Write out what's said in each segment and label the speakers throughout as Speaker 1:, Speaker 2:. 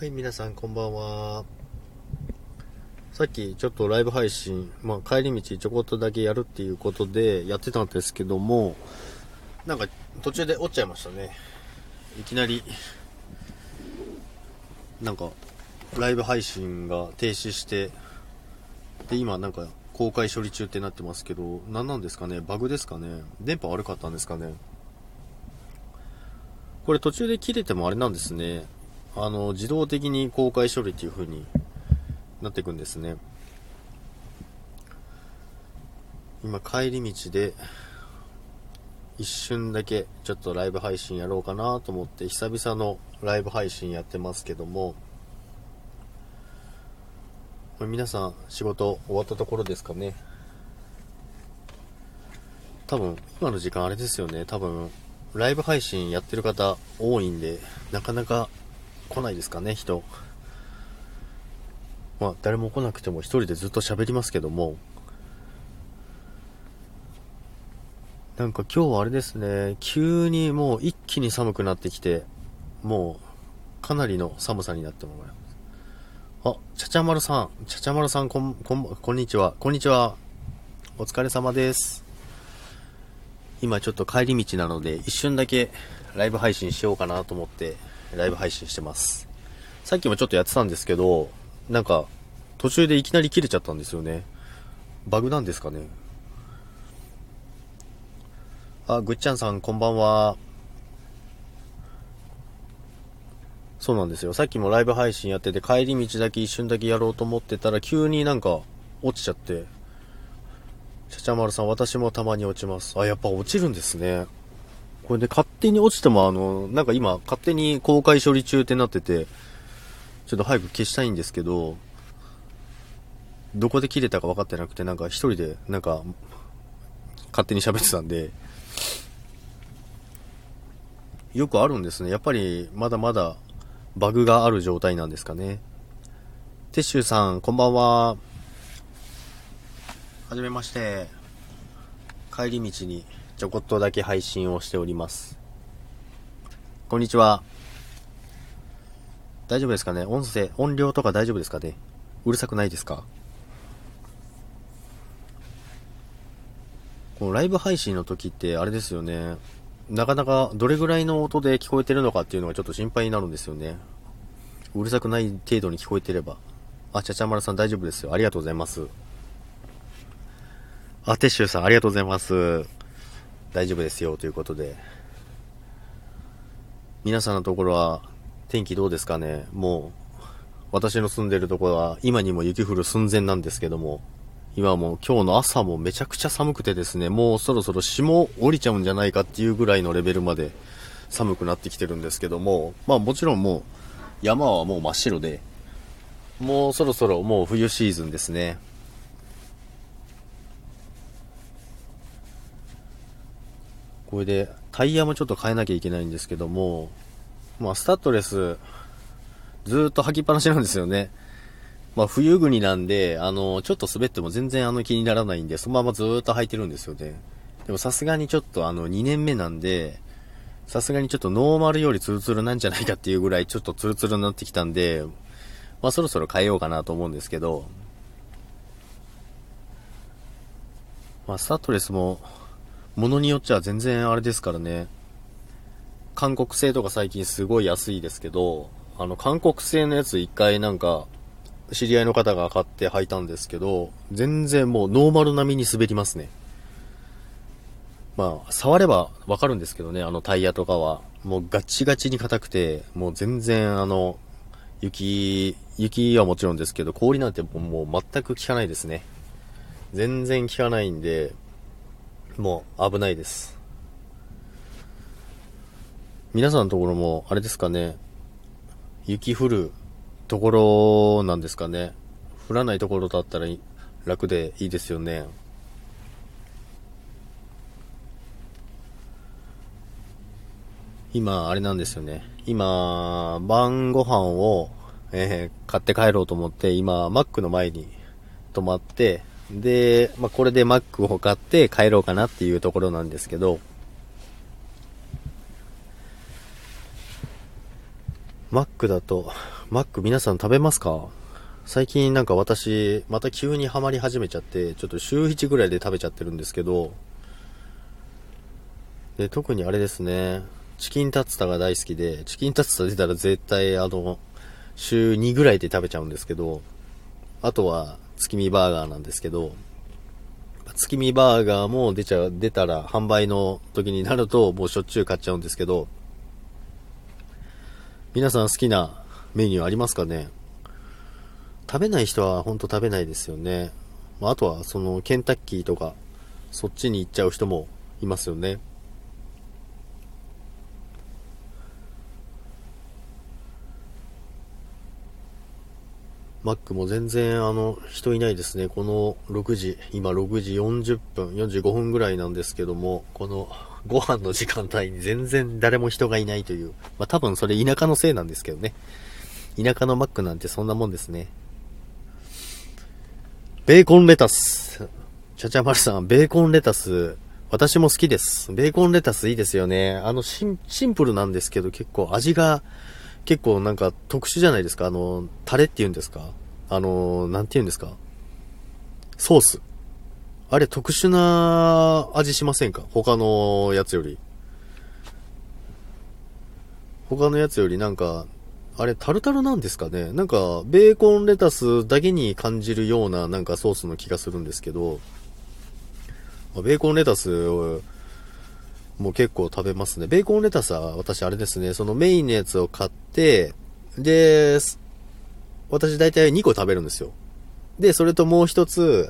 Speaker 1: はい、皆さんこんばんは。さっきちょっとライブ配信、帰り道ちょこっとだけやるっていうことでやってたんですけども、なんか途中で折っちゃいましたね。いきなり、なんかライブ配信が停止して、で、今なんか公開処理中ってなってますけど、何なんですかね、バグですかね、電波悪かったんですかね。これ途中で切れてもあれなんですね。自動的に公開処理っていう風になっていくんですね。今帰り道で一瞬だけちょっとライブ配信やろうかなと思って久々のライブ配信やってますけども、皆さん仕事終わったところですかね。多分今の時間あれですよね。多分ライブ配信やってる方多いんで、なかなか来ないですかね、人。誰も来なくても一人でずっと喋りますけども、なんか今日はあれですね、急にもう一気に寒くなってきて、もうかなりの寒さになってもらいます。ちゃちゃまるさん、こんにちは。こんにちは。お疲れ様です。今ちょっと帰り道なので、一瞬だけライブ配信しようかなと思って、ライブ配信してます。さっきもちょっとやってたんですけど、なんか、途中でいきなり切れちゃったんですよね。バグなんですかね。ぐっちゃんさん、こんばんは。そうなんですよ。さっきもライブ配信やってて、帰り道だけ一瞬だけやろうと思ってたら、急になんか、落ちちゃって、ちゃちゃまるさん、私もたまに落ちます。やっぱ落ちるんですね。これで勝手に落ちてもなんか今、勝手に公開処理中ってなってて、ちょっと早く消したいんですけど、どこで切れたか分かってなくて、なんか一人で、なんか、勝手に喋ってたんで、よくあるんですね。やっぱり、まだまだ、バグがある状態なんですかね。テッシュさん、こんばんは。はじめまして。帰り道にちょこっとだけ配信をしております。こんにちは。大丈夫ですかね、音量とか大丈夫ですかね。うるさくないですか。このライブ配信の時ってあれですよね。なかなかどれぐらいの音で聞こえてるのかっていうのがちょっと心配になるんですよね。うるさくない程度に聞こえてれば。ちゃちゃまるさん大丈夫ですよ。ありがとうございます。テッシュさんありがとうございます。大丈夫ですよということで。皆さんのところは天気どうですかね。もう私の住んでるところは今にも雪降る寸前なんですけども、今も今日の朝もめちゃくちゃ寒くてですね、もうそろそろ霜降りちゃうんじゃないかっていうぐらいのレベルまで寒くなってきてるんですけども、もちろんもう山はもう真っ白で、もうそろそろもう冬シーズンですね。これでタイヤもちょっと変えなきゃいけないんですけども、スタッドレスずーっと履きっぱなしなんですよね。冬国なんで、ちょっと滑っても全然気にならないんで、そのままずーっと履いてるんですよね。でもさすがにちょっと2年目なんで、さすがにちょっとノーマルよりツルツルなんじゃないかっていうぐらいちょっとツルツルになってきたんで、そろそろ変えようかなと思うんですけど、スタッドレスも、ものによっちゃ全然あれですからね。韓国製とか最近すごい安いですけど、韓国製のやつ一回なんか、知り合いの方が買って履いたんですけど、全然もうノーマル並みに滑りますね。触ればわかるんですけどね、タイヤとかは。もうガチガチに硬くて、もう全然雪はもちろんですけど、氷なんてもう全く効かないですね。全然効かないんで、もう危ないです。皆さんのところも、あれですかね、雪降るところなんですかね。降らないところだったら楽でいいですよね。今、あれなんですよね。今、晩ご飯を、買って帰ろうと思って、今、マックの前に泊まって、で、これでマックを買って帰ろうかなっていうところなんですけど、マックだと、 マック皆さん食べますか？最近なんか私、また急にハマり始めちゃって、ちょっと週1ぐらいで食べちゃってるんですけど、で、特にあれですね、チキンタツタが大好きで、チキンタツタ出たら絶対週2ぐらいで食べちゃうんですけど、あとは月見バーガーなんですけど、月見バーガーも出たら販売の時になるともうしょっちゅう買っちゃうんですけど、皆さん好きなメニューありますかね？食べない人はほんと食べないですよね。あとはそのケンタッキーとかそっちに行っちゃう人もいますよね。マックも全然人いないですね。この今6時40分、45分ぐらいなんですけども、このご飯の時間帯に全然誰も人がいないという。多分それ田舎のせいなんですけどね。田舎のマックなんてそんなもんですね。ベーコンレタス。ちゃちゃまるさん、ベーコンレタス、私も好きです。ベーコンレタスいいですよね。シンプルなんですけど、結構味が、結構なんか特殊じゃないですか。タレって言うんですか？なんて言うんですか？ソース。あれ特殊な味しませんか？他のやつより。他のやつよりなんか、あれタルタルなんですかね？なんか、ベーコンレタスだけに感じるようななんかソースの気がするんですけど、ベーコンレタスもう結構食べますね。ベーコンレタスは私あれですね、そのメインのやつを買って、で、私大体2個食べるんですよ。で、それともう一つ、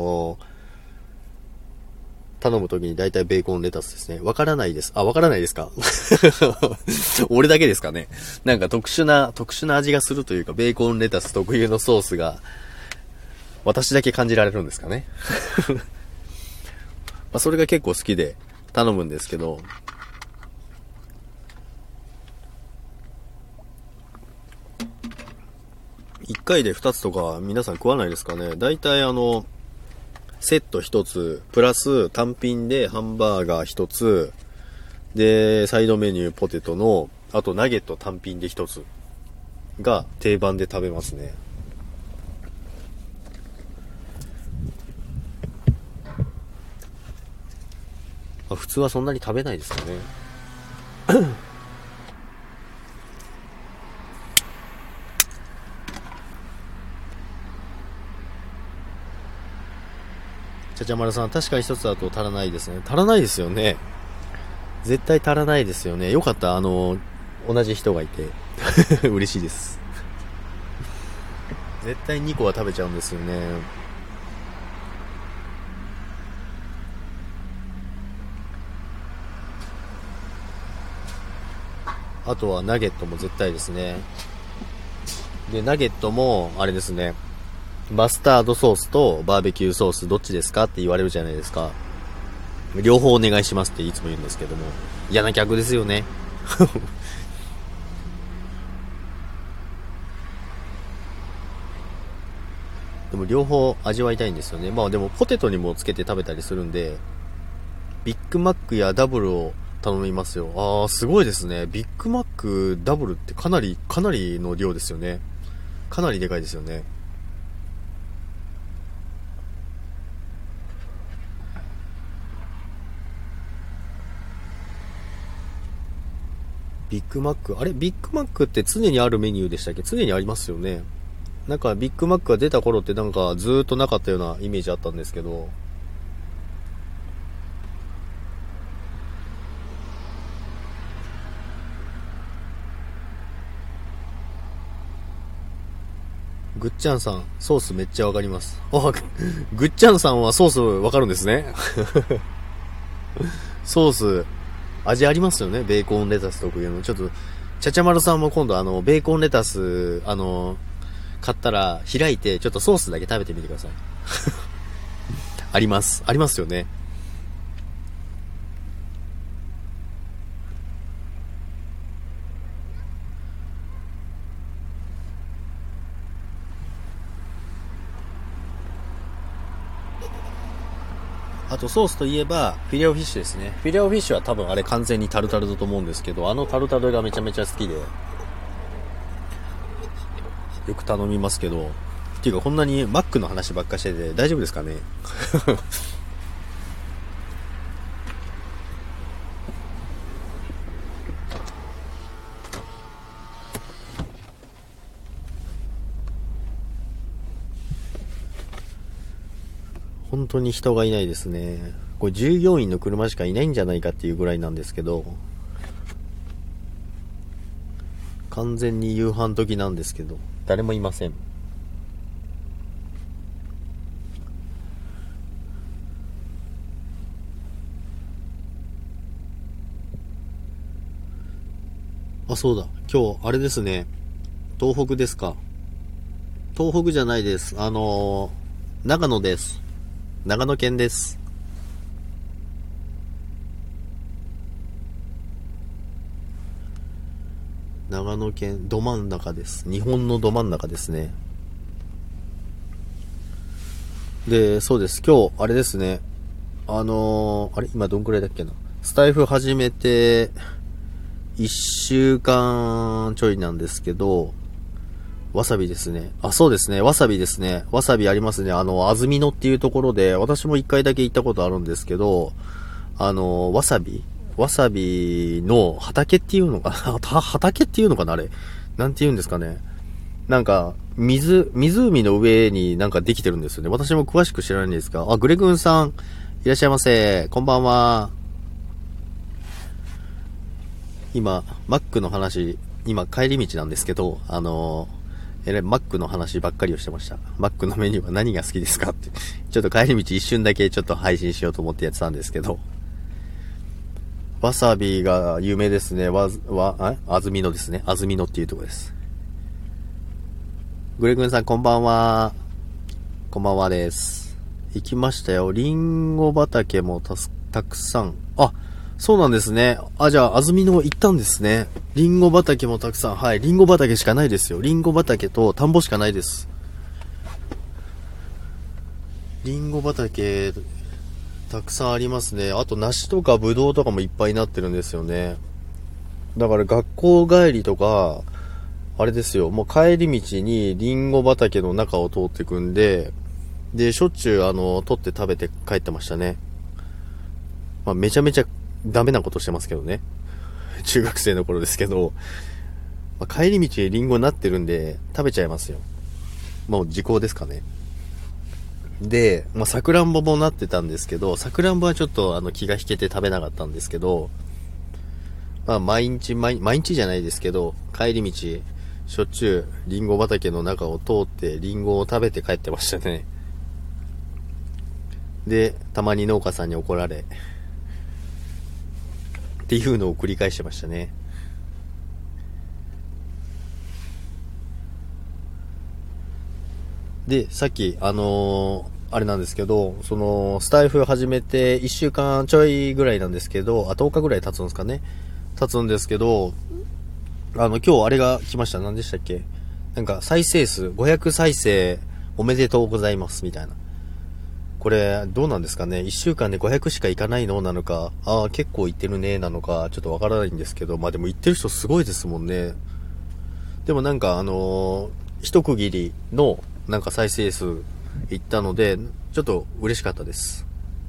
Speaker 1: 頼むときに大体ベーコンレタスですね。わからないです。わからないですか？俺だけですかね。なんか特殊な味がするというか、ベーコンレタス特有のソースが、私だけ感じられるんですかね。それが結構好きで頼むんですけど、1回で2つとか皆さん食わないですかね。だいたいセット1つ、プラス単品でハンバーガー1つ、で、サイドメニューポテトの、あとナゲット単品で1つが定番で食べますね。普通はそんなに食べないですかね。ちゃちゃまるさん、確かに一つだと足らないですね。足らないですよね。絶対足らないですよね。よかった、同じ人がいて。嬉しいです。絶対2個は食べちゃうんですよね。あとはナゲットも絶対ですね。で、ナゲットも、あれですね。マスタードソースとバーベキューソースどっちですかって言われるじゃないですか。両方お願いしますっていつも言うんですけども。嫌な客ですよね。でも両方味わいたいんですよね。でもポテトにもつけて食べたりするんで、ビッグマックやダブルを頼みますよ。すごいですね。ビッグマックダブルってかなりの量ですよね。かなりでかいですよね。ビッグマック、ビッグマックって常にあるメニューでしたっけ？常にありますよね。なんかビッグマックが出た頃ってなんかずーっとなかったようなイメージあったんですけど、ぐっちゃんさん、ソースめっちゃわかります。ぐっちゃんさんはソースわかるんですね。ソース、味ありますよね。ベーコンレタス特有の。ちょっと、ちゃちゃまるさんも今度ベーコンレタス、買ったら開いて、ちょっとソースだけ食べてみてください。あります。ありますよね。あとソースといえば、フィレオフィッシュですね。フィレオフィッシュは多分あれ完全にタルタルだと思うんですけど、タルタルがめちゃめちゃ好きで。 よく頼みますけど、っていうかこんなにマックの話ばっかしてて大丈夫ですかね。本当に人がいないですね。これ従業員の車しかいないんじゃないかっていうぐらいなんですけど、完全に夕飯時なんですけど、誰もいません。あ、そうだ。今日、あれですね。東北ですか。東北じゃないです。長野です。長野県です。長野県、ど真ん中です。日本のど真ん中ですね。で、そうです。今日、あれですね。あれ今どんくらいだっけな。スタイフ始めて、1週間ちょいなんですけど、わさびですね。あ、そうですね。わさびですね。わさびありますね。安曇野っていうところで、私も一回だけ行ったことあるんですけど、わさびの畑っていうのかな畑っていうのかなあれ。なんて言うんですかね。なんか、湖の上になんかできてるんですよね。私も詳しく知らないんですが。あ、グレグンさん、いらっしゃいませ。こんばんは。今、マックの話、今帰り道なんですけど、マックの話ばっかりをしてました。マックのメニューは何が好きですかって。ちょっと帰り道一瞬だけちょっと配信しようと思ってやってたんですけど、わさびが有名ですね。安曇野ですね。安曇野っていうところです。グレグンさんこんばんは。こんばんはです。行きましたよ。リンゴ畑もたくさん。あ、そうなんですね。あ、じゃあ、安曇野行ったんですね。リンゴ畑もたくさん。はい、リンゴ畑しかないですよ。リンゴ畑と田んぼしかないです。リンゴ畑、たくさんありますね。あと、梨とかブドウとかもいっぱいになってるんですよね。だから、学校帰りとか、あれですよ。もう帰り道にリンゴ畑の中を通ってくんで、で、しょっちゅう、取って食べて帰ってましたね。まあ、めちゃめちゃダメなことしてますけどね。中学生の頃ですけど、まあ、帰り道にリンゴになってるんで、食べちゃいますよ。もう時効ですかね。で、まあ、さくらんぼもなってたんですけど、さくらんぼはちょっと気が引けて食べなかったんですけど、まあ、毎日じゃないですけど、帰り道、しょっちゅうリンゴ畑の中を通ってリンゴを食べて帰ってましたね。で、たまに農家さんに怒られ、っていうのを繰り返してましたね。で、さっき、あれなんですけど、スタイフ始めて1週間ちょいぐらいなんですけど、10日ぐらい経つんですかね。経つんですけど、今日あれが来ました。何でしたっけ。なんか、再生数、500再生おめでとうございます、みたいな。これ、どうなんですかね。1週間で500しかいかないのなのか、ああ、結構いってるね、なのか、ちょっとわからないんですけど、まあでも言ってる人すごいですもんね。でもなんか一区切りのなんか再生数いったので、ちょっと嬉しかったです。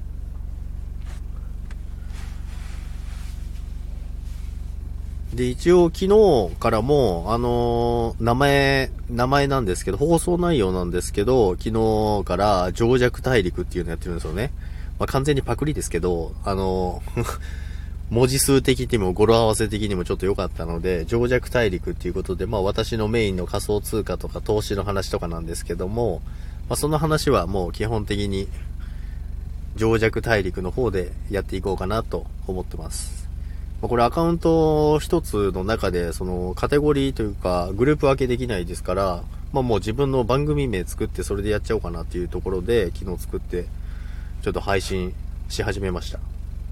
Speaker 1: で、一応昨日からも、名前なんですけど、放送内容なんですけど、昨日から情弱大陸っていうのやってるんですよね。まあ、完全にパクリですけど、文字数的にも語呂合わせ的にもちょっと良かったので、情弱大陸っていうことで、まあ私のメインの仮想通貨とか投資の話とかなんですけども、まあその話はもう基本的に情弱大陸の方でやっていこうかなと思ってます。まあ、これアカウント一つの中でそのカテゴリーというかグループ分けできないですから、まあもう自分の番組名作ってそれでやっちゃおうかなっていうところで昨日作ってちょっと配信し始めました。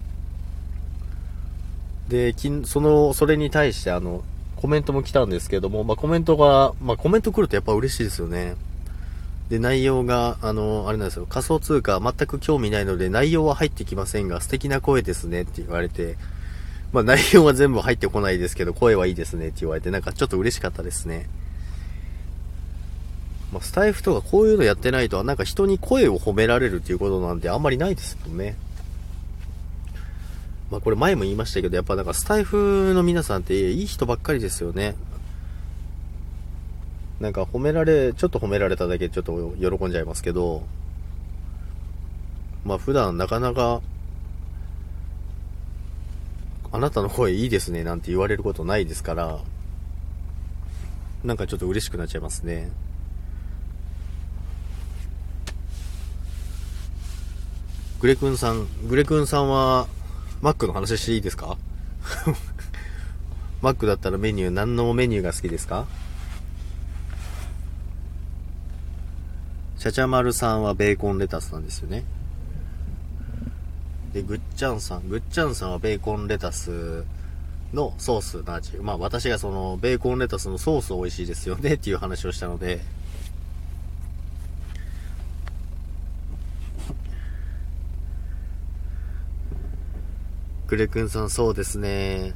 Speaker 1: で、それに対してコメントも来たんですけども、まあ、コメント来るとやっぱ嬉しいですよね。で、内容が、あれなんですよ。仮想通貨全く興味ないので内容は入ってきませんが素敵な声ですねって言われて、まあ、内容は全部入ってこないですけど、声はいいですねって言われて、なんかちょっと嬉しかったですね。 まあ、スタイフとかこういうのやってないと、なんか人に声を褒められるっていうことなんてあんまりないですもんね。まあこれ前も言いましたけど、やっぱなんかスタイフの皆さんっていい人ばっかりですよね。なんかちょっと褒められただけでちょっと喜んじゃいますけど、まあ普段なかなか、あなたの声いいですねなんて言われることないですから、なんかちょっと嬉しくなっちゃいますね。グレクンさんは、マックの話していいですか？マックだったら何のメニューが好きですか？チャチャマルさんはベーコンレタスなんですよね。で、ぐっちゃんさんはベーコンレタスのソースの味。まあ私がそのベーコンレタスのソース美味しいですよねっていう話をしたので、グレクンさんそうですね。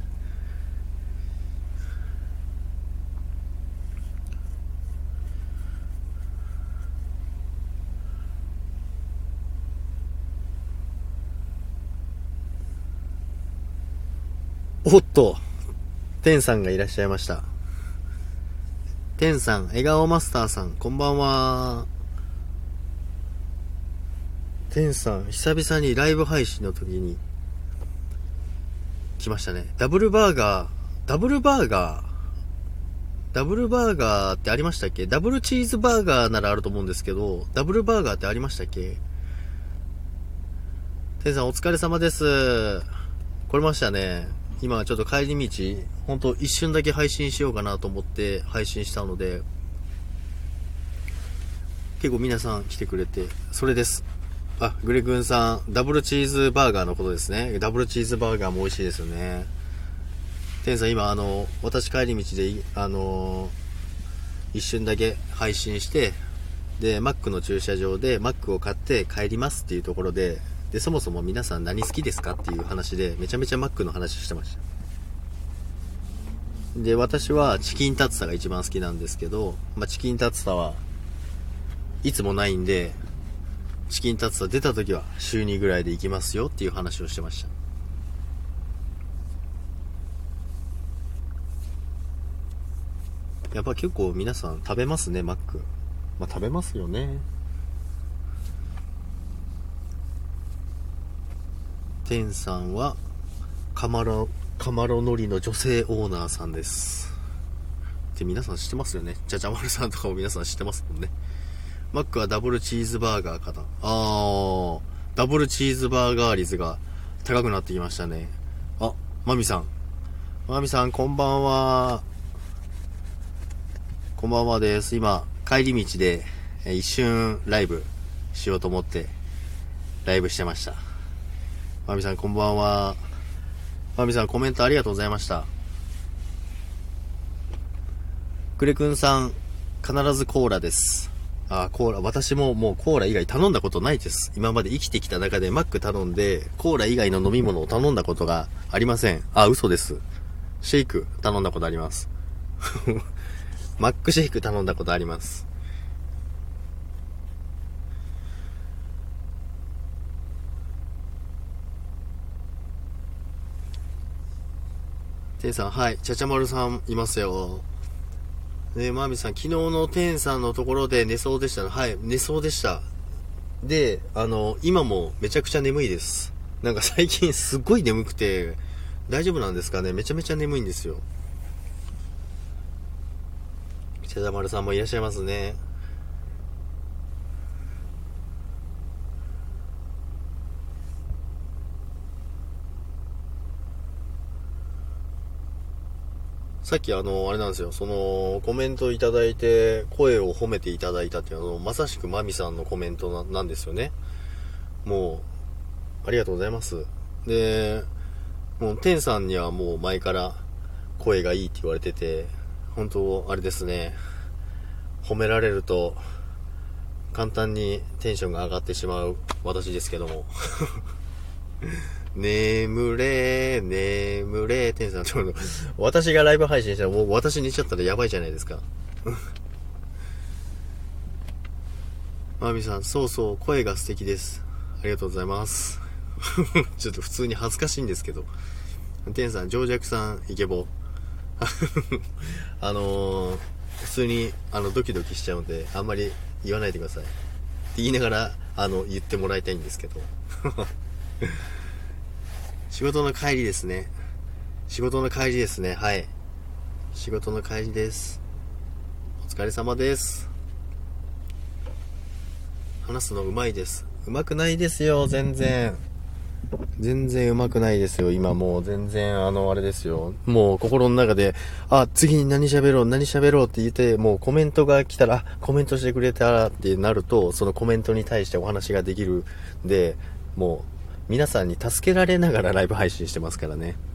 Speaker 1: おっと、テンさんがいらっしゃいました。テンさん、笑顔マスターさん、こんばんは。テンさん、久々にライブ配信の時に来ましたね。ダブルバーガーってありましたっけ？ダブルチーズバーガーならあると思うんですけど、ダブルバーガーってありましたっけ？テンさんお疲れ様です。来れましたね。今ちょっと帰り道、ほんと一瞬だけ配信しようかなと思って配信したので、結構皆さん来てくれて、それです。あ、グレグンさん、ダブルチーズバーガーのことですね。ダブルチーズバーガーも美味しいですよね。テンさん今私帰り道で、一瞬だけ配信して、で、マックの駐車場でマックを買って帰りますっていうところで、そもそも皆さん何好きですかっていう話で、めちゃめちゃマックの話してました。で、私はチキンタツタが一番好きなんですけど、まあ、チキンタツタはいつもないんで、チキンタツタ出た時は週2ぐらいで行きますよっていう話をしてました。やっぱ結構皆さん食べますね、マック。まあ食べますよね。テンさんはカマロノリの女性オーナーさんです。って皆さん知ってますよね。じゃじゃ丸さんとかも皆さん知ってますもんね。マックはダブルチーズバーガーかな。ダブルチーズバーガー率が高くなってきましたね。あ、マミさんこんばんは。こんばんはです。今帰り道で一瞬ライブしようと思ってライブしてました。マミさんこんばんは。マミさんコメントありがとうございました。クレくんさん、必ずコーラです。コーラ、私ももうコーラ以外頼んだことないです。今まで生きてきた中でマック頼んで、コーラ以外の飲み物を頼んだことがありません。嘘です。シェイク頼んだことあります。マックシェイク頼んだことあります。テンさん、はい、ちゃちゃまるさんいますよ。マーミさん、昨日のテンさんのところで寝そうでしたね。はい、寝そうでした。で、今もめちゃくちゃ眠いです。なんか最近すっごい眠くて、大丈夫なんですかね？めちゃめちゃ眠いんですよ。ちゃちゃまるさんもいらっしゃいますね。さっきあれなんですよ、コメントいただいて、声を褒めていただいたっていうまさしくマミさんのコメントなんですよね。もう、ありがとうございます。で、もう、テンさんにはもう前から声がいいって言われてて、本当あれですね、褒められると、簡単にテンションが上がってしまう私ですけども。眠れテンさん、ちょっと、私がライブ配信したらもう私寝ちゃったらやばいじゃないですか。 マミさん、そうそう、声が素敵です。ありがとうございます。ちょっと普通に恥ずかしいんですけど。テンさん、ジョージャクさん、イケボ。普通に、ドキドキしちゃうので、あんまり言わないでください。って言いながら、言ってもらいたいんですけど。仕事の帰りですね。仕事の帰りですね。はい。仕事の帰りです。お疲れ様です。話すの上手いです。上手くないですよ、全然。全然上手くないですよ。今もう全然あれですよ。もう心の中で、次に何喋ろうって言って、もうコメントが来たら、コメントしてくれたらってなると、そのコメントに対してお話ができるんで、もう皆さんに助けられながらライブ配信してますからね。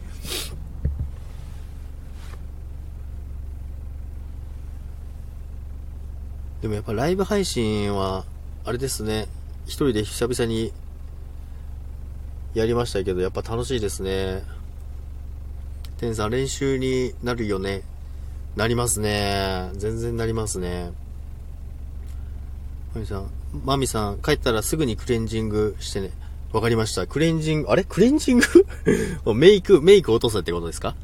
Speaker 1: でもやっぱライブ配信は、あれですね。一人で久々にやりましたけど、やっぱ楽しいですね。テンさん、練習になるよね。なりますね。全然なりますね。マミさん、帰ったらすぐにクレンジングしてね。わかりました。クレンジング、クレンジングメイク落とせってことですか？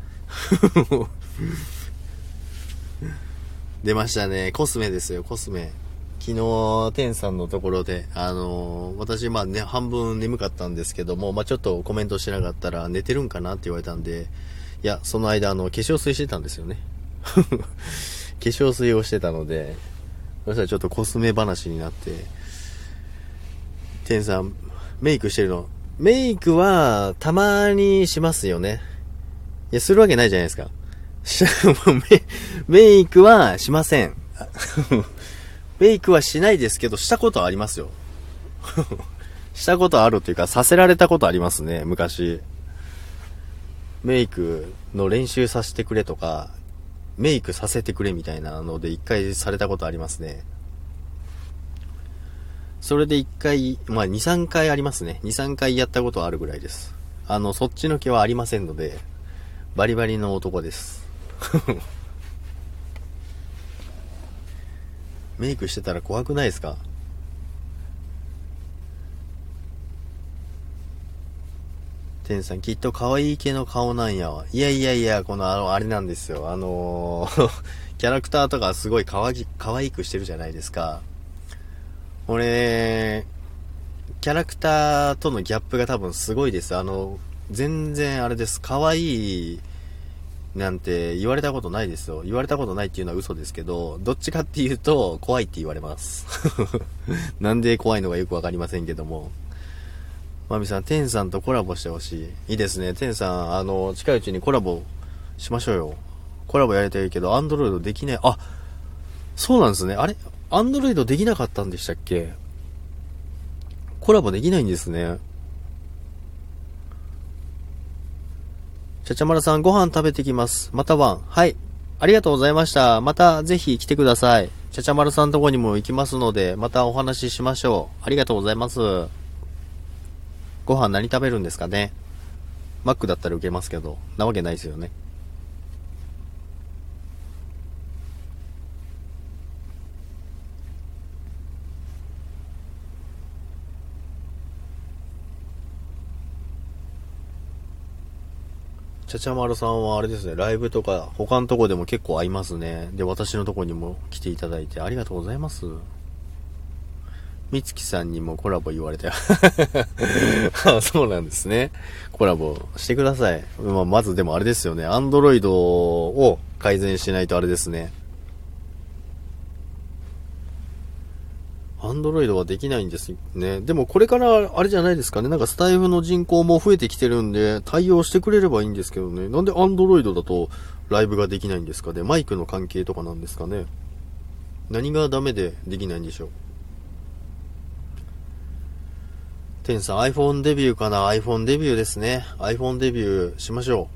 Speaker 1: 出ましたね。コスメですよ、コスメ。昨日、テンさんのところで、私、半分眠かったんですけども、ちょっとコメントしてなかったら、寝てるんかなって言われたんで、いや、その間、化粧水してたんですよね。化粧水をしてたので、そしたらちょっとコスメ話になって、テンさん、メイクしてるの？メイクは、たまにしますよね。いや、するわけないじゃないですか。メイクはしません。メイクはしないですけど、したことはありますよ。したことあるっていうか、させられたことありますね、昔。メイクの練習させてくれとか、メイクさせてくれみたいなので一回されたことありますね。それで一回、2、3回ありますね。2、3回やったことあるぐらいです。そっちの気はありませんので、バリバリの男です。メイクしてたら怖くないですか？テンさん、きっと可愛い系の顔なんやわ。いやいやいや、あれなんですよ。キャラクターとかすごい可愛くしてるじゃないですか。俺、キャラクターとのギャップが多分すごいです。全然あれです。可愛いなんて言われたことないですよ。言われたことないっていうのは嘘ですけど、どっちかっていうと怖いって言われます。なんで怖いのかよくわかりませんけども。マミさん、テンさんとコラボしてほしい。いいですね。テンさん、近いうちにコラボしましょうよ。コラボやりたいけど、アンドロイドできない。そうなんですね。あれアンドロイドできなかったんでしたっけ？コラボできないんですね。ちゃちゃまるさん、ご飯食べてきます。またワン。はい。ありがとうございました。またぜひ来てください。ちゃちゃまるさんとこにも行きますので、またお話ししましょう。ありがとうございます。ご飯何食べるんですかね？マックだったら受けますけど、なわけないですよね。ちゃちゃまるさんはあれですね、ライブとか他のとこでも結構会いますね。で、私のとこにも来ていただいてありがとうございます。みつきさんにもコラボ言われてそうなんですね。コラボしてください。まずでもあれですよね。アンドロイドを改善しないとあれですね。アンドロイドはできないんですね。でもこれからあれじゃないですかね。なんかスタイフの人口も増えてきてるんで、対応してくれればいいんですけどね。なんでアンドロイドだとライブができないんですかね。マイクの関係とかなんですかね。何がダメでできないんでしょう。テンさん iPhone デビューかな。 iPhone デビューですね。 iPhone デビューしましょ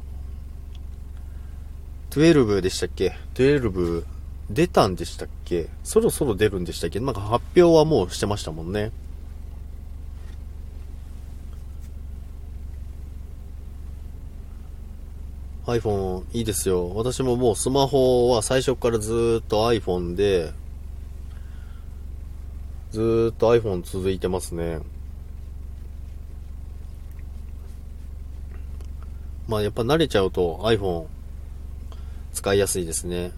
Speaker 1: う。12でしたっけ？ 12 出たんでしたっけ？そろそろ出るんでしたっけ？なんか発表はもうしてましたもんね。iPhone いいですよ。私ももうスマホは最初からずーっと iPhone で、 ずーっと iPhone 続いてますね。まあやっぱ慣れちゃうと iPhone 使いやすいですね。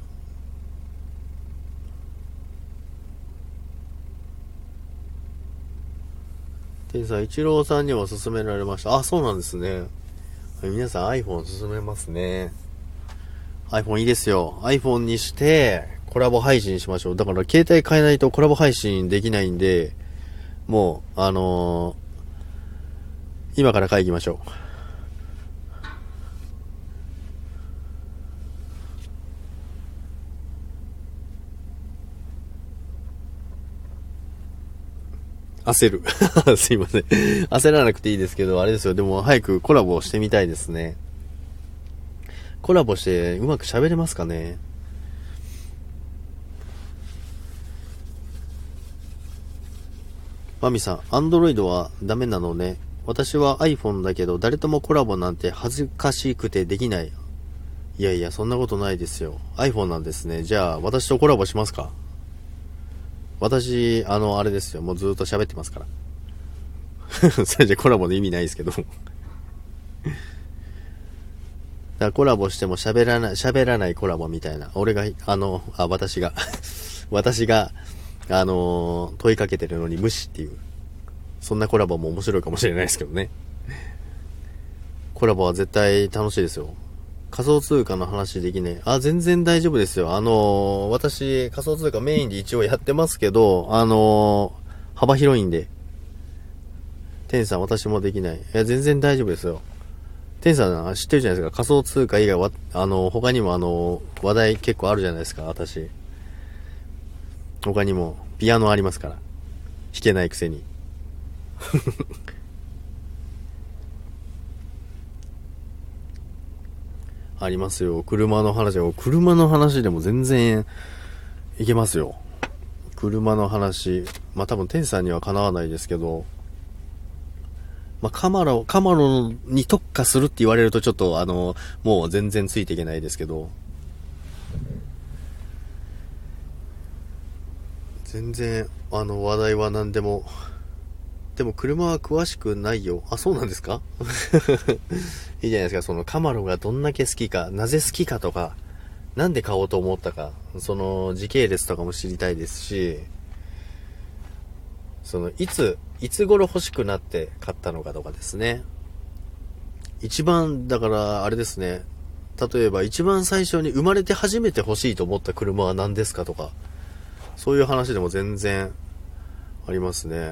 Speaker 1: 天さん、一郎さんにも勧められました。あ、そうなんですね。皆さん iPhone 勧めますね。iPhone いいですよ。iPhone にしてコラボ配信しましょう。だから携帯変えないとコラボ配信できないんで、もう、今から買い行きましょう。焦る。すいません。焦らなくていいですけど、あれですよ。でも早くコラボしてみたいですね。コラボしてうまく喋れますかね。マミさん、アンドロイドはダメなのね。私は iPhone だけど、誰ともコラボなんて恥ずかしくてできない。いやいや、そんなことないですよ。iPhone なんですね。じゃあ、私とコラボしますか？私、あれですよ。もうずっと喋ってますから。それじゃコラボの意味ないですけど。だからコラボしても喋らないコラボみたいな。俺が、私が私が、問いかけてるのに無視っていう。そんなコラボも面白いかもしれないですけどね。コラボは絶対楽しいですよ。仮想通貨の話できねえ。あ、全然大丈夫ですよ。私、仮想通貨メインで一応やってますけど、幅広いんで。テンさん、私もできない。いや、全然大丈夫ですよ。テンさん、知ってるじゃないですか。仮想通貨以外は、他にも話題結構あるじゃないですか、私。他にも、ピアノありますから。弾けないくせに。ありますよ。車の話でも全然いけますよ。車の話。まあ、多分、テンさんにはかなわないですけど、まあ、カマロに特化するって言われるとちょっともう全然ついていけないですけど、全然話題は何でも。でも車は詳しくないよ。あ、そうなんですか？いいじゃないですか。そのカマロがどんだけ好きか、なぜ好きかとか、なんで買おうと思ったか、その時系列とかも知りたいですし、そのいつ頃欲しくなって買ったのかとかですね。一番、だからあれですね。例えば一番最初に生まれて初めて欲しいと思った車は何ですかとか、そういう話でも全然ありますね。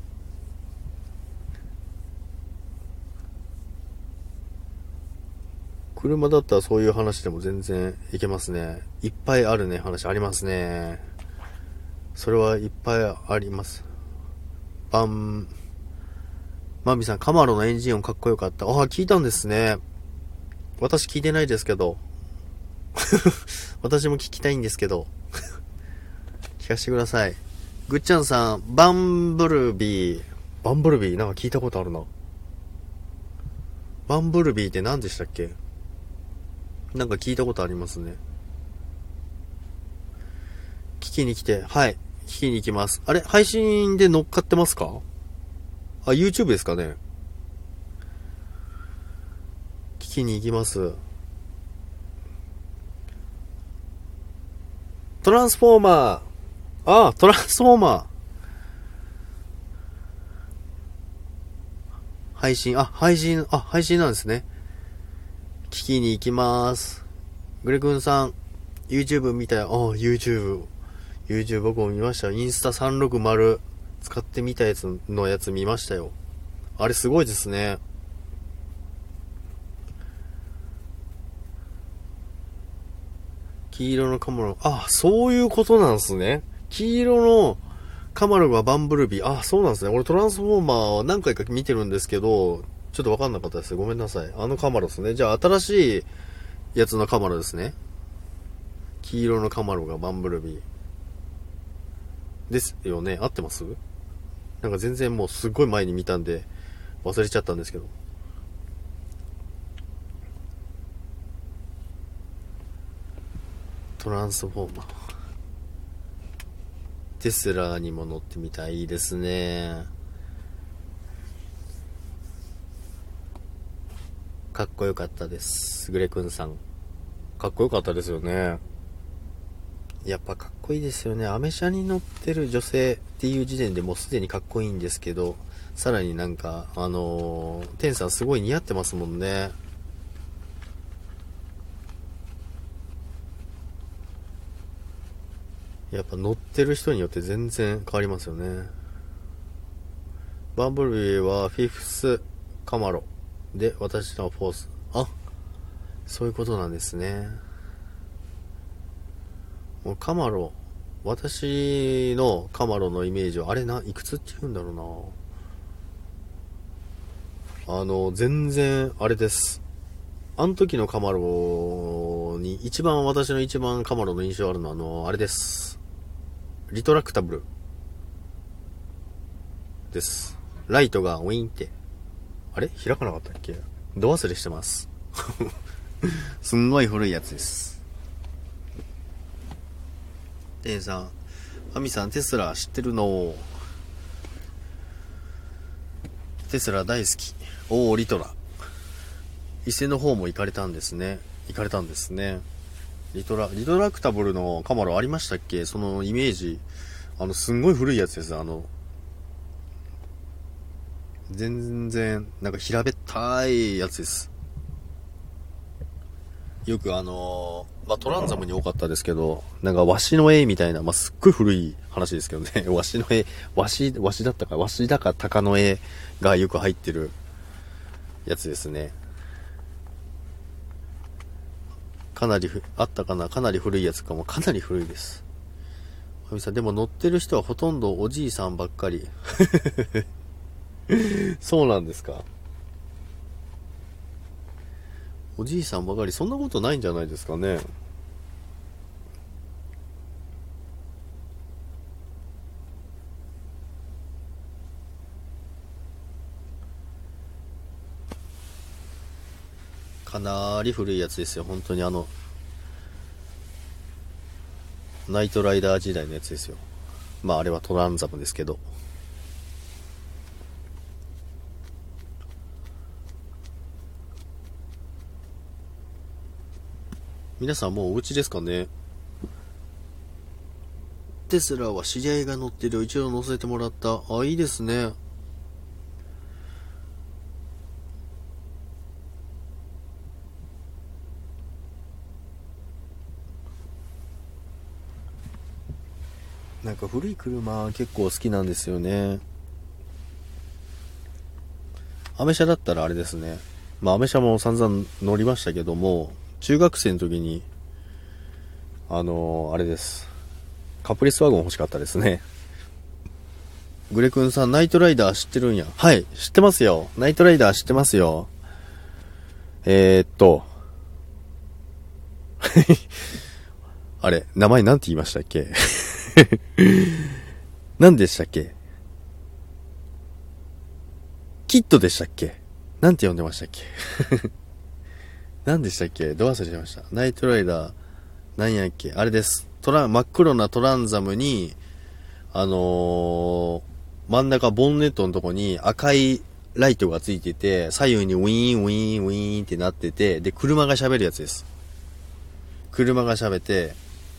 Speaker 1: 車だったらそういう話でも全然いけますね。いっぱいあるね、話ありますね。それはいっぱいあります。バン、マミさん、カマロのエンジン音かっこよかった。ああ、聞いたんですね。私聞いてないですけど。私も聞きたいんですけど。聞かせてください。ぐっちゃんさん、バンブルビーなんか聞いたことあるな。バンブルビーって何でしたっけ？なんか聞いたことありますね。聞きに来て、はい。聞きに行きます。あれ配信で乗っかってますか？あ、YouTube ですかね？聞きに行きます。トランスフォーマー。ああ、トランスフォーマー。配信なんですね。聞きに行きます。グレくんさん、YouTube 見たよ。ああ、YouTube 僕も見ました。インスタ360使ってみたやつ見ましたよ。あれすごいですね。黄色のカマロ、あ、そういうことなんですね。黄色のカマロがバンブルビー。あ、そうなんですね。俺トランスフォーマー何回か見てるんですけど、ちょっとわかんなかったです。ごめんなさい。あのカマロですね。じゃあ新しいやつのカマロですね。黄色のカマロがバンブルビー。ですよね。合ってます？なんか全然もうすっごい前に見たんで忘れちゃったんですけど。トランスフォーマー。 テスラにも乗ってみたいですね。かっこよかったです。グレくんさん。かっこよかったですよね。やっぱかっこいいですよね。アメ車に乗ってる女性っていう時点でもうすでにかっこいいんですけど、さらになんか、テンさんすごい似合ってますもんね。やっぱ乗ってる人によって全然変わりますよね。バンブルビーはフィフスカマロで、私のフォース。あ、そういうことなんですね。もうカマロ、私のカマロのイメージは、あれいくつって言うんだろうな。全然、あれです。あの時のカマロに、私の一番カマロの印象あるのは、あれです。リトラクタブルです。ライトがウィーンって。あれ開かなかったっけ？度忘れしてます。すんごい古いやつです。テンさん、アミさんテスラ知ってるの？テスラ大好き。おー、リトラ。伊勢の方も行かれたんですね。リトラクタブルのカマロありましたっけ？そのイメージ。すんごい古いやつです。全然、なんか平べったいやつです。よくトランザムに多かったですけど、なんか、わしの絵みたいな、すっごい古い話ですけどね。わしの絵、わしだか鷹の絵がよく入ってるやつですね。かなりあったかな、かなり古いやつかも、かなり古いです。あみさん、でも乗ってる人はほとんどおじいさんばっかり。そうなんですか。おじいさんばかり、そんなことないんじゃないですかね。かなり古いやつですよ、本当にナイトライダー時代のやつですよ。あれはトランザムですけど。皆さんもうお家ですかね。テスラは知り合いが乗ってる。一度乗せてもらった。あ、いいですね。なんか古い車結構好きなんですよね。アメ車だったらあれですね。アメ車も散々乗りましたけども、中学生の時に、あれです。カプリスワゴン欲しかったですね。グレくんさん、ナイトライダー知ってるんや。はい、知ってますよ。ナイトライダー知ってますよ。あれ、名前なんて言いましたっけ？何でしたっけ？キッドでしたっけ？なんて呼んでましたっけ？何でしたっけ？ど忘れしました。ナイトライダー、なんやっけ？あれです。真っ黒なトランザムに、真ん中ボンネットのとこに赤いライトがついてて、左右にウィーンウィーンウィーンってなってて、で、車が喋るやつです。車が喋って、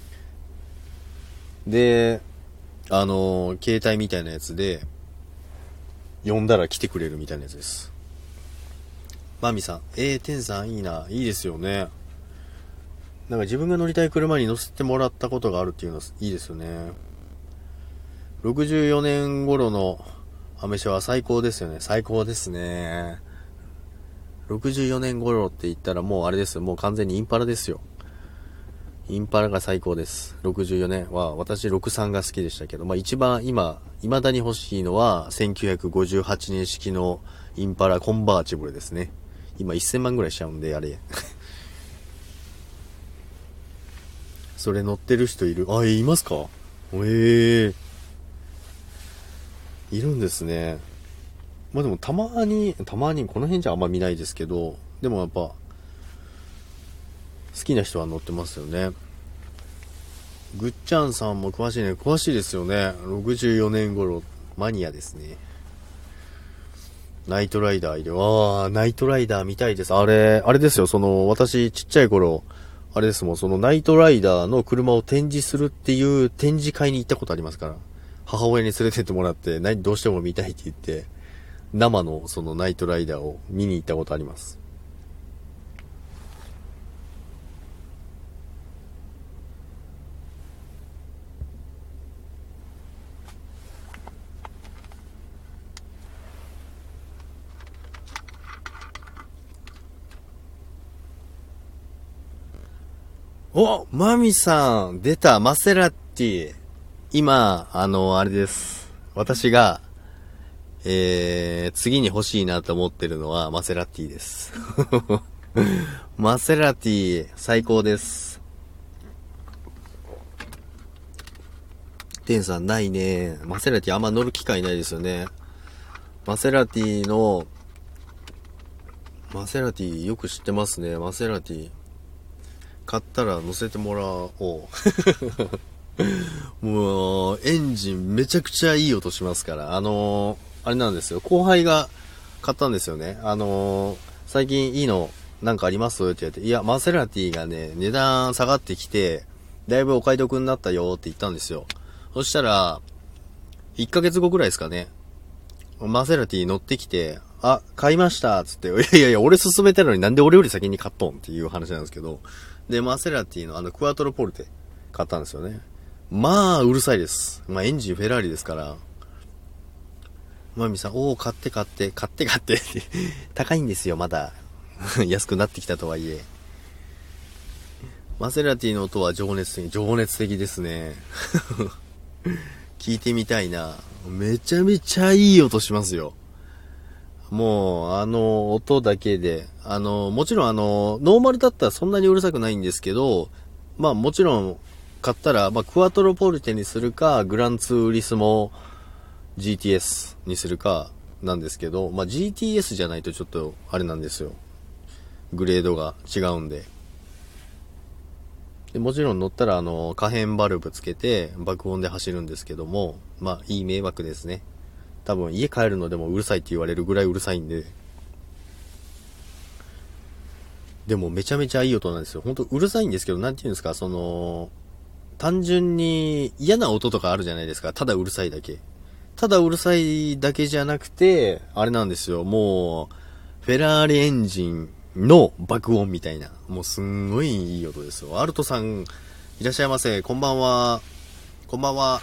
Speaker 1: で、携帯みたいなやつで、呼んだら来てくれるみたいなやつです。マミさん、テンさんいいな、いいですよね。なんか自分が乗りたい車に乗せてもらったことがあるっていうのいいですよね。64年頃のアメ車は最高ですよね。最高ですね。64年頃って言ったらもうあれです。もう完全にインパラですよ。インパラが最高です。64年は私63が好きでしたけど、一番未だに欲しいのは1958年式のインパラコンバーチブルですね。今1000万ぐらいしちゃうんで、あれ。それ乗ってる人いる？あ、いますか？いるんですね。でもたまにこの辺じゃあんま見ないですけど、でもやっぱ好きな人は乗ってますよね。 ぐっちゃんさんも詳しいね。詳しいですよね。64年頃、マニアですね。ナイトライダーいる。ナイトライダー見たいです。あれですよ。私ちっちゃい頃、あれですもん、ナイトライダーの車を展示するっていう展示会に行ったことありますから。母親に連れてってもらって、どうしても見たいって言って、生のナイトライダーを見に行ったことあります。マミさん、出た、マセラティ。今、あれです。私が、次に欲しいなと思ってるのは、マセラティです。マセラティ、最高です。テンさん、ないね。マセラティあんま乗る機会ないですよね。マセラティよく知ってますね。マセラティ。買ったら乗せてもらおう。もう、エンジンめちゃくちゃいい音しますから。あれなんですよ。後輩が買ったんですよね。最近いいのなんかありますって言われて、いや、マセラティがね、値段下がってきて、だいぶお買い得になったよって言ったんですよ。そしたら、1ヶ月後くらいですかね。マセラティ乗ってきて、買いましたつって、いや、俺勧めたのになんで俺より先に買っとんっていう話なんですけど、で、マセラティのクワトロポルテ買ったんですよね。まあ、うるさいです。エンジンフェラーリですから。マミさん、買って。高いんですよ、まだ。安くなってきたとはいえ。マセラティの音は情熱的ですね。聞いてみたいな。めちゃめちゃいい音しますよ。もう、音だけで、もちろんノーマルだったらそんなにうるさくないんですけど、もちろん、買ったら、クワトロポルテにするか、グランツーリスモ GTS にするか、なんですけど、GTS じゃないとちょっと、あれなんですよ。グレードが違うんで。でもちろん乗ったら、可変バルブつけて、爆音で走るんですけども、いい迷惑ですね。多分家帰るのでもうるさいって言われるぐらいうるさいんで。でもめちゃめちゃいい音なんですよ。ほんとうるさいんですけど、なんていうんですか、単純に嫌な音とかあるじゃないですか。ただうるさいだけ。ただうるさいだけじゃなくて、あれなんですよ。もう、フェラーリエンジンの爆音みたいな。もうすんごいいい音ですよ。アルトさん、いらっしゃいませ。こんばんは。こんばんは。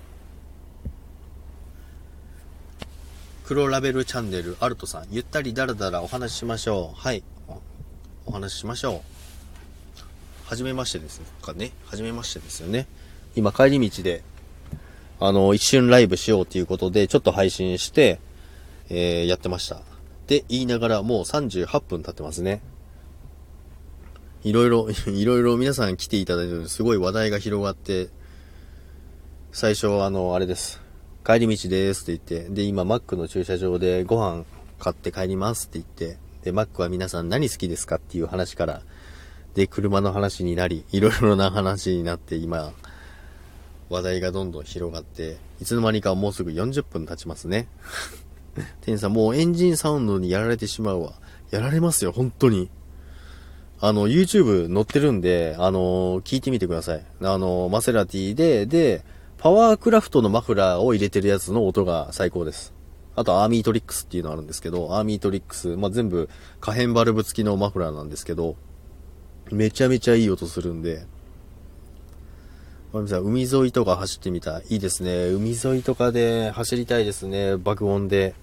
Speaker 1: 黒ラベルチャンネル、アルトさん。ゆったりだらだらお話ししましょう。はい。お話ししましょう。はじめましてですかね。はじめましてですよね。今帰り道で、一瞬ライブしようということで、ちょっと配信して、やってました。って言いながらもう38分経ってますね。いろいろ皆さん来ていただいてすごい話題が広がって、最初あれです。帰り道ですって言って、で、今マックの駐車場でご飯買って帰りますって言って、で、マックは皆さん何好きですかっていう話から、で、車の話になり、いろいろな話になって、今、話題がどんどん広がって、いつの間にかもうすぐ40分経ちますね。テンさん、もうエンジンサウンドにやられてしまうわ。やられますよ、本当に。YouTube 載ってるんで、聞いてみてください。マセラティで、パワークラフトのマフラーを入れてるやつの音が最高です。あと、アーミートリックスっていうのあるんですけど、アーミートリックス、全部可変バルブ付きのマフラーなんですけど、めちゃめちゃいい音するんで、まみさん、海沿いとか走ってみたい。いいですね。海沿いとかで走りたいですね。爆音で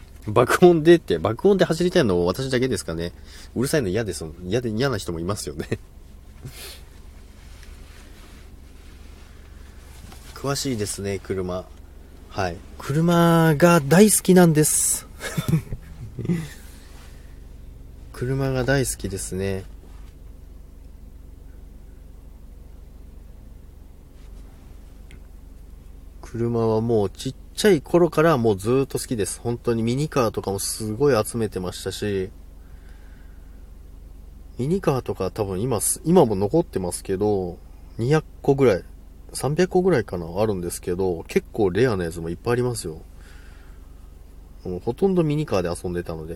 Speaker 1: 走りたいの私だけですかね。うるさいの嫌です。嫌な人もいますよね。詳しいですね、車。はい。車が大好きなんです。車が大好きですね。車はもうちっちゃい頃からもうずーっと好きです。本当にミニカーとかもすごい集めてましたし、ミニカーとか多分今も残ってますけど、200個ぐらい 300個ぐらいかな、あるんですけど、結構レアなやつもいっぱいありますよ。もうほとんどミニカーで遊んでたので。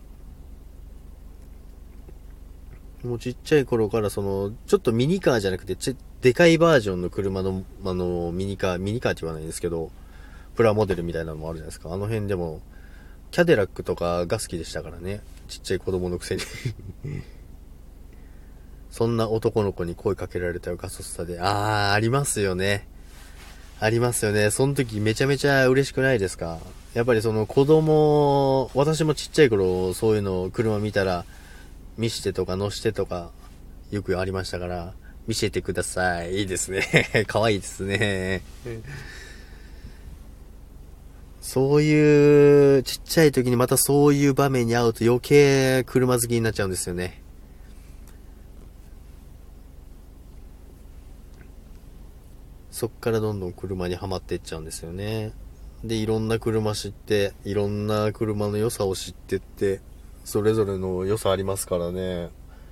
Speaker 1: もうちっちゃい頃からちょっとミニカーじゃなくて、でかいバージョンの車の、ミニカーって言わないんですけど、プラモデルみたいなのもあるじゃないですか。あの辺でも、キャデラックとかが好きでしたからね。ちっちゃい子供のくせに。そんな男の子に声かけられたよ、ガソスタで。ありますよね。ありますよね。その時めちゃめちゃ嬉しくないですか？やっぱり子供、私もちっちゃい頃そういうの車見たら、見してとか乗してとか、よくありましたから、見せてください。いいですね。可愛いですね。そういう、ちっちゃい時にまたそういう場面に会うと余計車好きになっちゃうんですよね。そっからどんどん車にはまっていっちゃうんですよね。で、いろんな車知って、いろんな車の良さを知ってって、それぞれの良さありますからね。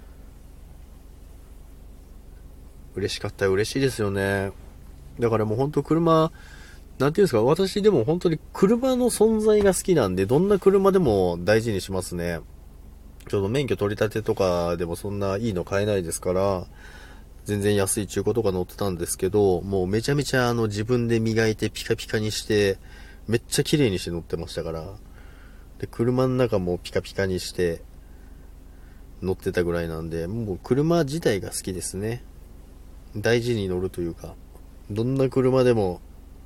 Speaker 1: 嬉しかったら嬉しいですよね。だからもう本当車、なんていうんですか、私でも本当に車の存在が好きなんで、どんな車でも大事にしますね。ちょうど免許取り立てとかでもそんないいの買えないですから、全然安い中古とか乗ってたんですけど、もうめちゃめちゃ自分で磨いてピカピカにして、めっちゃ綺麗にして乗ってましたから。で、車の中もピカピカにして乗ってたぐらいなんで、もう車自体が好きですね。大事に乗るというか、どんな車でも、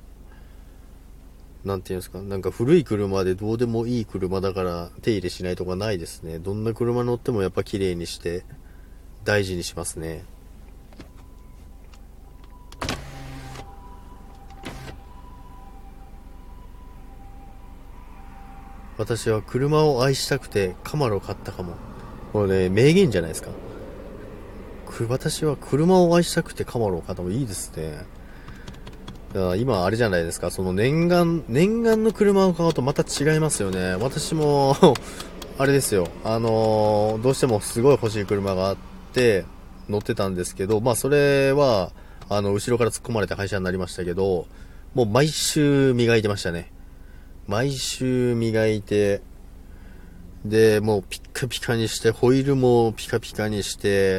Speaker 1: なんていうんですか、なんか古い車でどうでもいい車だから手入れしないとかないですね。どんな車乗ってもやっぱ綺麗にして大事にしますね。私は車を愛したくてカマロを買ったかも。これね、名言じゃないですか。私は車を愛したくてカマロを買ったもいいですね。だから今あれじゃないですか、念願の車を買うとまた違いますよね。私もあれですよ、どうしてもすごい欲しい車があって乗ってたんですけど、まあそれは、後ろから突っ込まれて廃車になりましたけど、もう毎週磨いてましたね。毎週磨いて、で、もうピッカピカにして、ホイールもピカピカにして、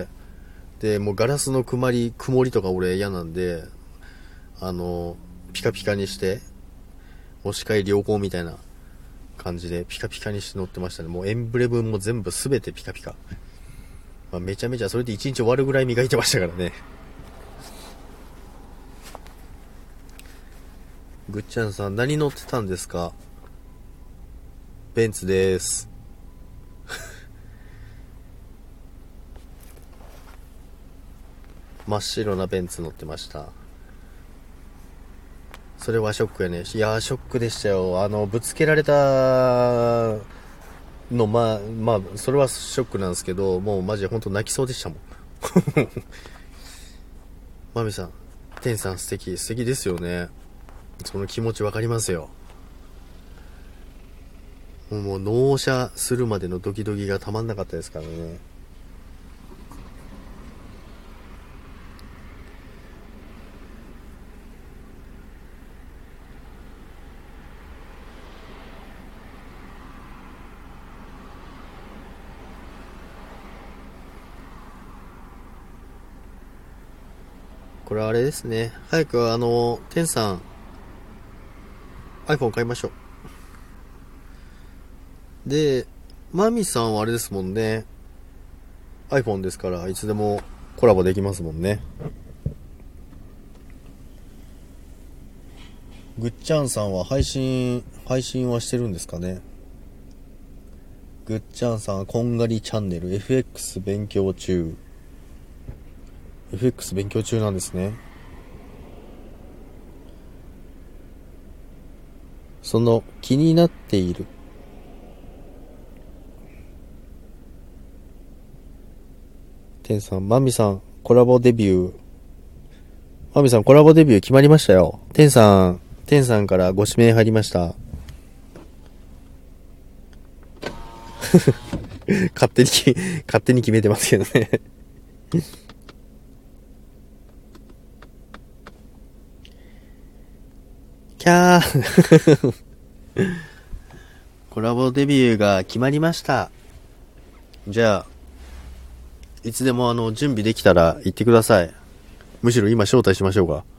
Speaker 1: で、もうガラスの曇りとか俺嫌なんで、ピカピカにして、もしかい良好みたいな感じでピカピカにして乗ってましたね。もうエンブレムも全部すべてピカピカ。まあ、めちゃめちゃそれで一日終わるぐらい磨いてましたからね。ぐっちゃんさん何乗ってたんですか？ベンツです。真っ白なベンツ乗ってました。それはショックやね。いやーショックでしたよ。ぶつけられたの、まあ、それはショックなんですけど、もうマジで本当泣きそうでしたもん。マミさん、テンさん素敵ですよね。その気持ちわかりますよ。もう納車するまでのドキドキがたまんなかったですからね。これあれですね。早くテンさん、iPhone 買いましょう。で、マミさんはあれですもんね。iPhone ですから、いつでもコラボできますもんね。ぐっちゃんさんは配信はしてるんですかね。ぐっちゃんさんはこんがりチャンネル FX 勉強中。FX 勉強中なんですね。その気になっている。テンさん、マミさん、コラボデビュー。マミさん、コラボデビュー決まりましたよ。テンさんからご指名入りました。勝手に決めてますけどね。 キャーコラボデビューが決まりました。じゃあ、いつでも準備できたら言ってください。むしろ今招待しましょうか。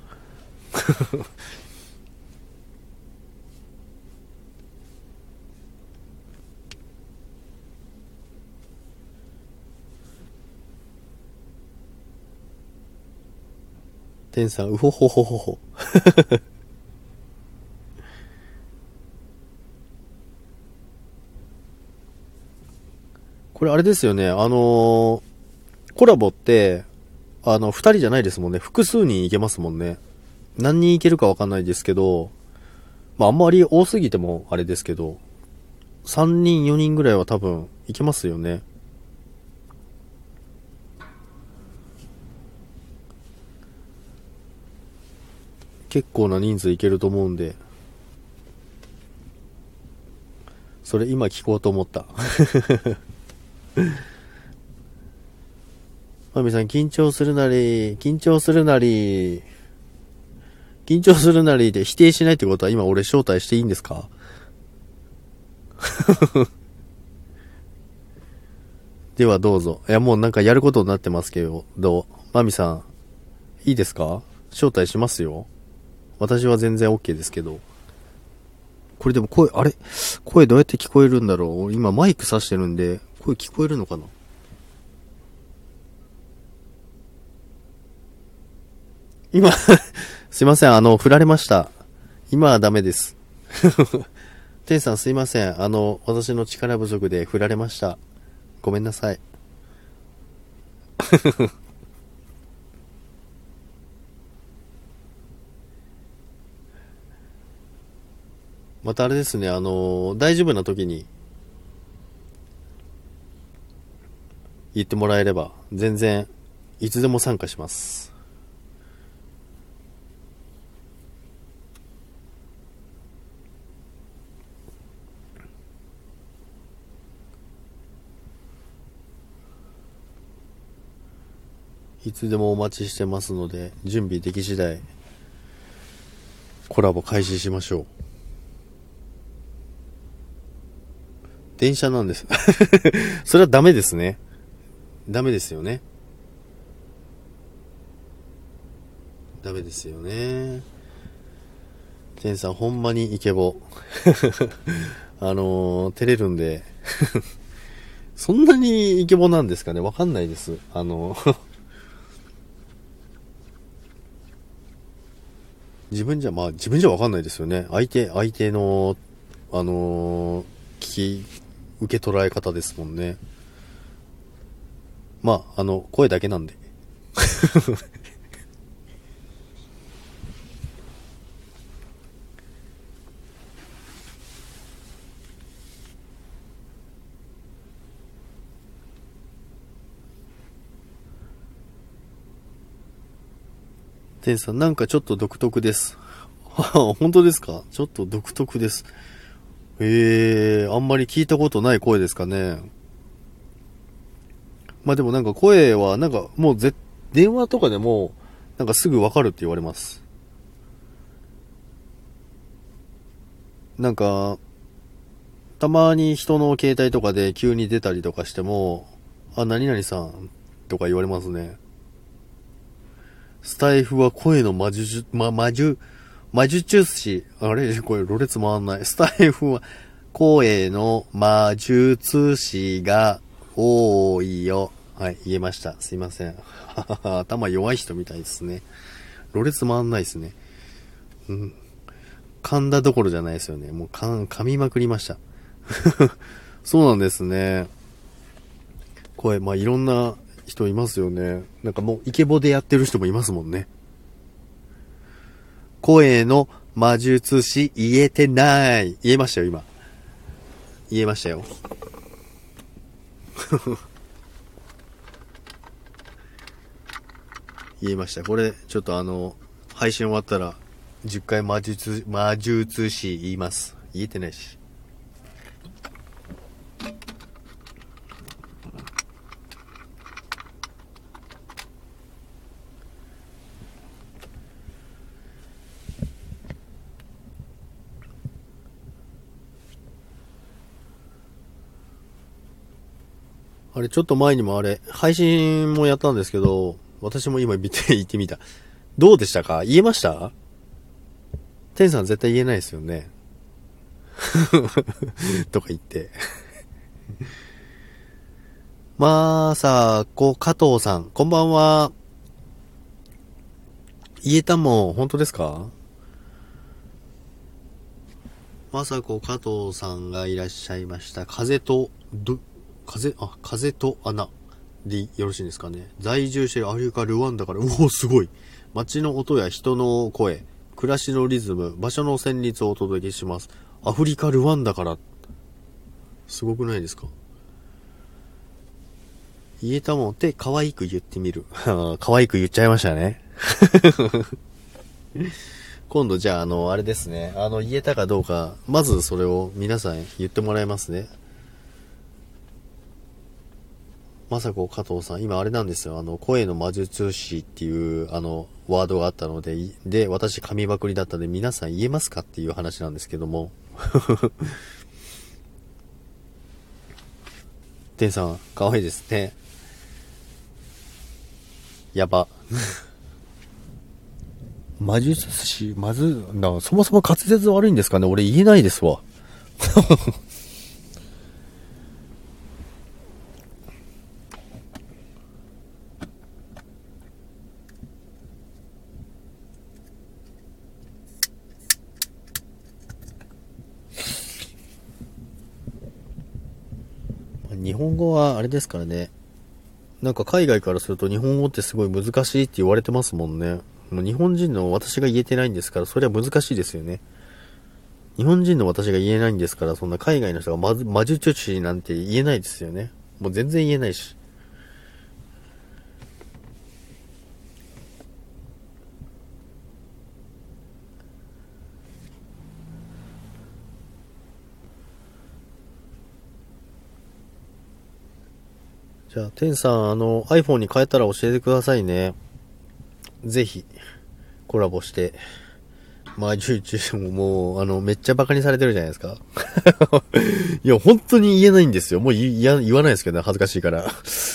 Speaker 1: テンさん、うほほほほほ。これあれですよね。コラボって、二人じゃないですもんね。複数人いけますもんね。何人いけるかわかんないですけど、まあ、あんまり多すぎてもあれですけど、3人、4人ぐらいは多分いけますよね。結構な人数いけると思うんで、それ今聞こうと思った。マミさん、緊張するなりで否定しないってことは今俺招待していいんですか？ではどうぞ。いやもうなんかやることになってますけど、マミさん、いいですか？招待しますよ。私は全然 OK ですけど。これでも声どうやって聞こえるんだろう？今マイク挿してるんで、声聞こえるのかな？今すいません、振られました。今はダメです。テンさんすいません。私の力不足で振られました。ごめんなさい。またあれですね、大丈夫な時に言ってもらえれば、全然、いつでも参加します。いつでもお待ちしてますので、準備でき次第、コラボ開始しましょう。電車なんです。それはダメですね。ダメですよね。ダメですよね。テンさんほんまにイケボ。照れるんで。そんなにイケボなんですかね？わかんないです。自分じゃわかんないですよね。相手の、受け捉え方ですもんね。まあ、声だけなんで。テンさん、なんかちょっと独特です。本当ですか？ちょっと独特です。あんまり聞いたことない声ですかね。まあでもなんか声は、なんかもう電話とかでも、なんかすぐわかるって言われます。なんか、たまに人の携帯とかで急に出たりとかしても、あ、何々さんとか言われますね。スタイフは声の魔術師。あれこれ、ろれつ回んない。スタイフは声の魔術師が多いよ。はい、言えました。すいません。頭弱い人みたいですね。ろれつ回んないですね。うん。噛んだどころじゃないですよね。もう噛みまくりました。そうなんですね。声、まあ、いろんな人いますよね。なんかもうイケボでやってる人もいますもんね。声の魔術師言えてない。言えましたよ、今。言えましたよ。言えました。これ、ちょっと配信終わったら、10回魔術師言います。言えてないし。 あれ、ちょっと前にもあれ、配信もやったんですけど、私も今見て、言ってみた。どうでしたか？言えました？テンさん絶対言えないですよね。とか言って。加藤さん、こんばんは。言えたもん、本当ですか？加藤さんがいらっしゃいました。風と穴でよろしいんですかね。在住しているアフリカ・ルワンダから、うお、すごい。街の音や人の声、暮らしのリズム、場所の旋律をお届けします。アフリカ・ルワンダから、すごくないですか？言えたもんって可愛く言ってみる。可愛く言っちゃいましたね。今度じゃあ、あれですね。言えたかどうか、まずそれを皆さん言ってもらいますね。加藤さん、今あれなんですよ。声の魔術師っていう、ワードがあったので、私噛みまくりだったので、皆さん言えますかっていう話なんですけども。テンさん、可愛いですね。やば。魔術師、そもそも滑舌悪いんですかね？俺言えないですわ。日本語はあれですからね。なんか海外からすると日本語ってすごい難しいって言われてますもんね。もう日本人の私が言えてないんですから、それは難しいですよね。日本人の私が言えないんですから、そんな海外の人が魔術師なんて言えないですよね。もう全然言えないし。じゃあ、テンさん、iPhone に変えたら教えてくださいね。ぜひ、コラボして。魔術師ももう、めっちゃバカにされてるじゃないですか。いや、本当に言えないんですよ。もう言わないですけどね、恥ずかしいから。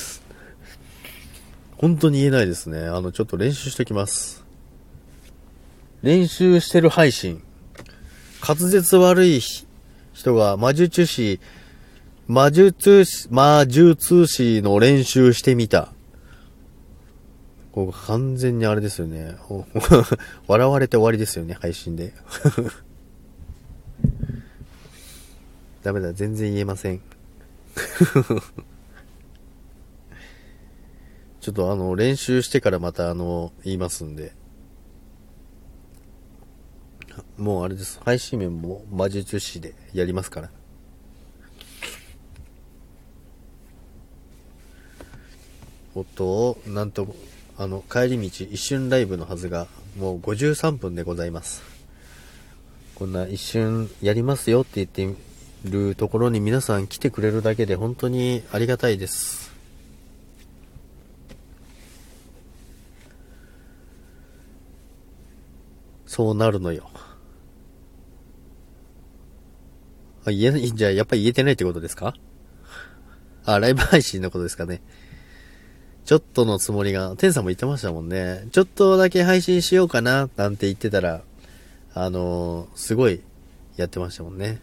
Speaker 1: 本当に言えないですね。ちょっと練習しておきます。練習してる配信。滑舌悪い人が魔術師の練習してみた。ここ完全にあれですよね。笑われて終わりですよね、配信で。ダメだ、全然言えません。ちょっと練習してからまた言いますんで。もうあれです。配信面も魔術師でやりますから。音を、なんと、帰り道一瞬ライブのはずが、もう53分でございます。こんな一瞬やりますよって言ってるところに皆さん来てくれるだけで本当にありがたいです。そうなるのよ。じゃあやっぱり言えてないってことですか？ライブ配信のことですかね。ちょっとのつもりが、テンさんも言ってましたもんね。ちょっとだけ配信しようかな、なんて言ってたら、すごいやってましたもんね。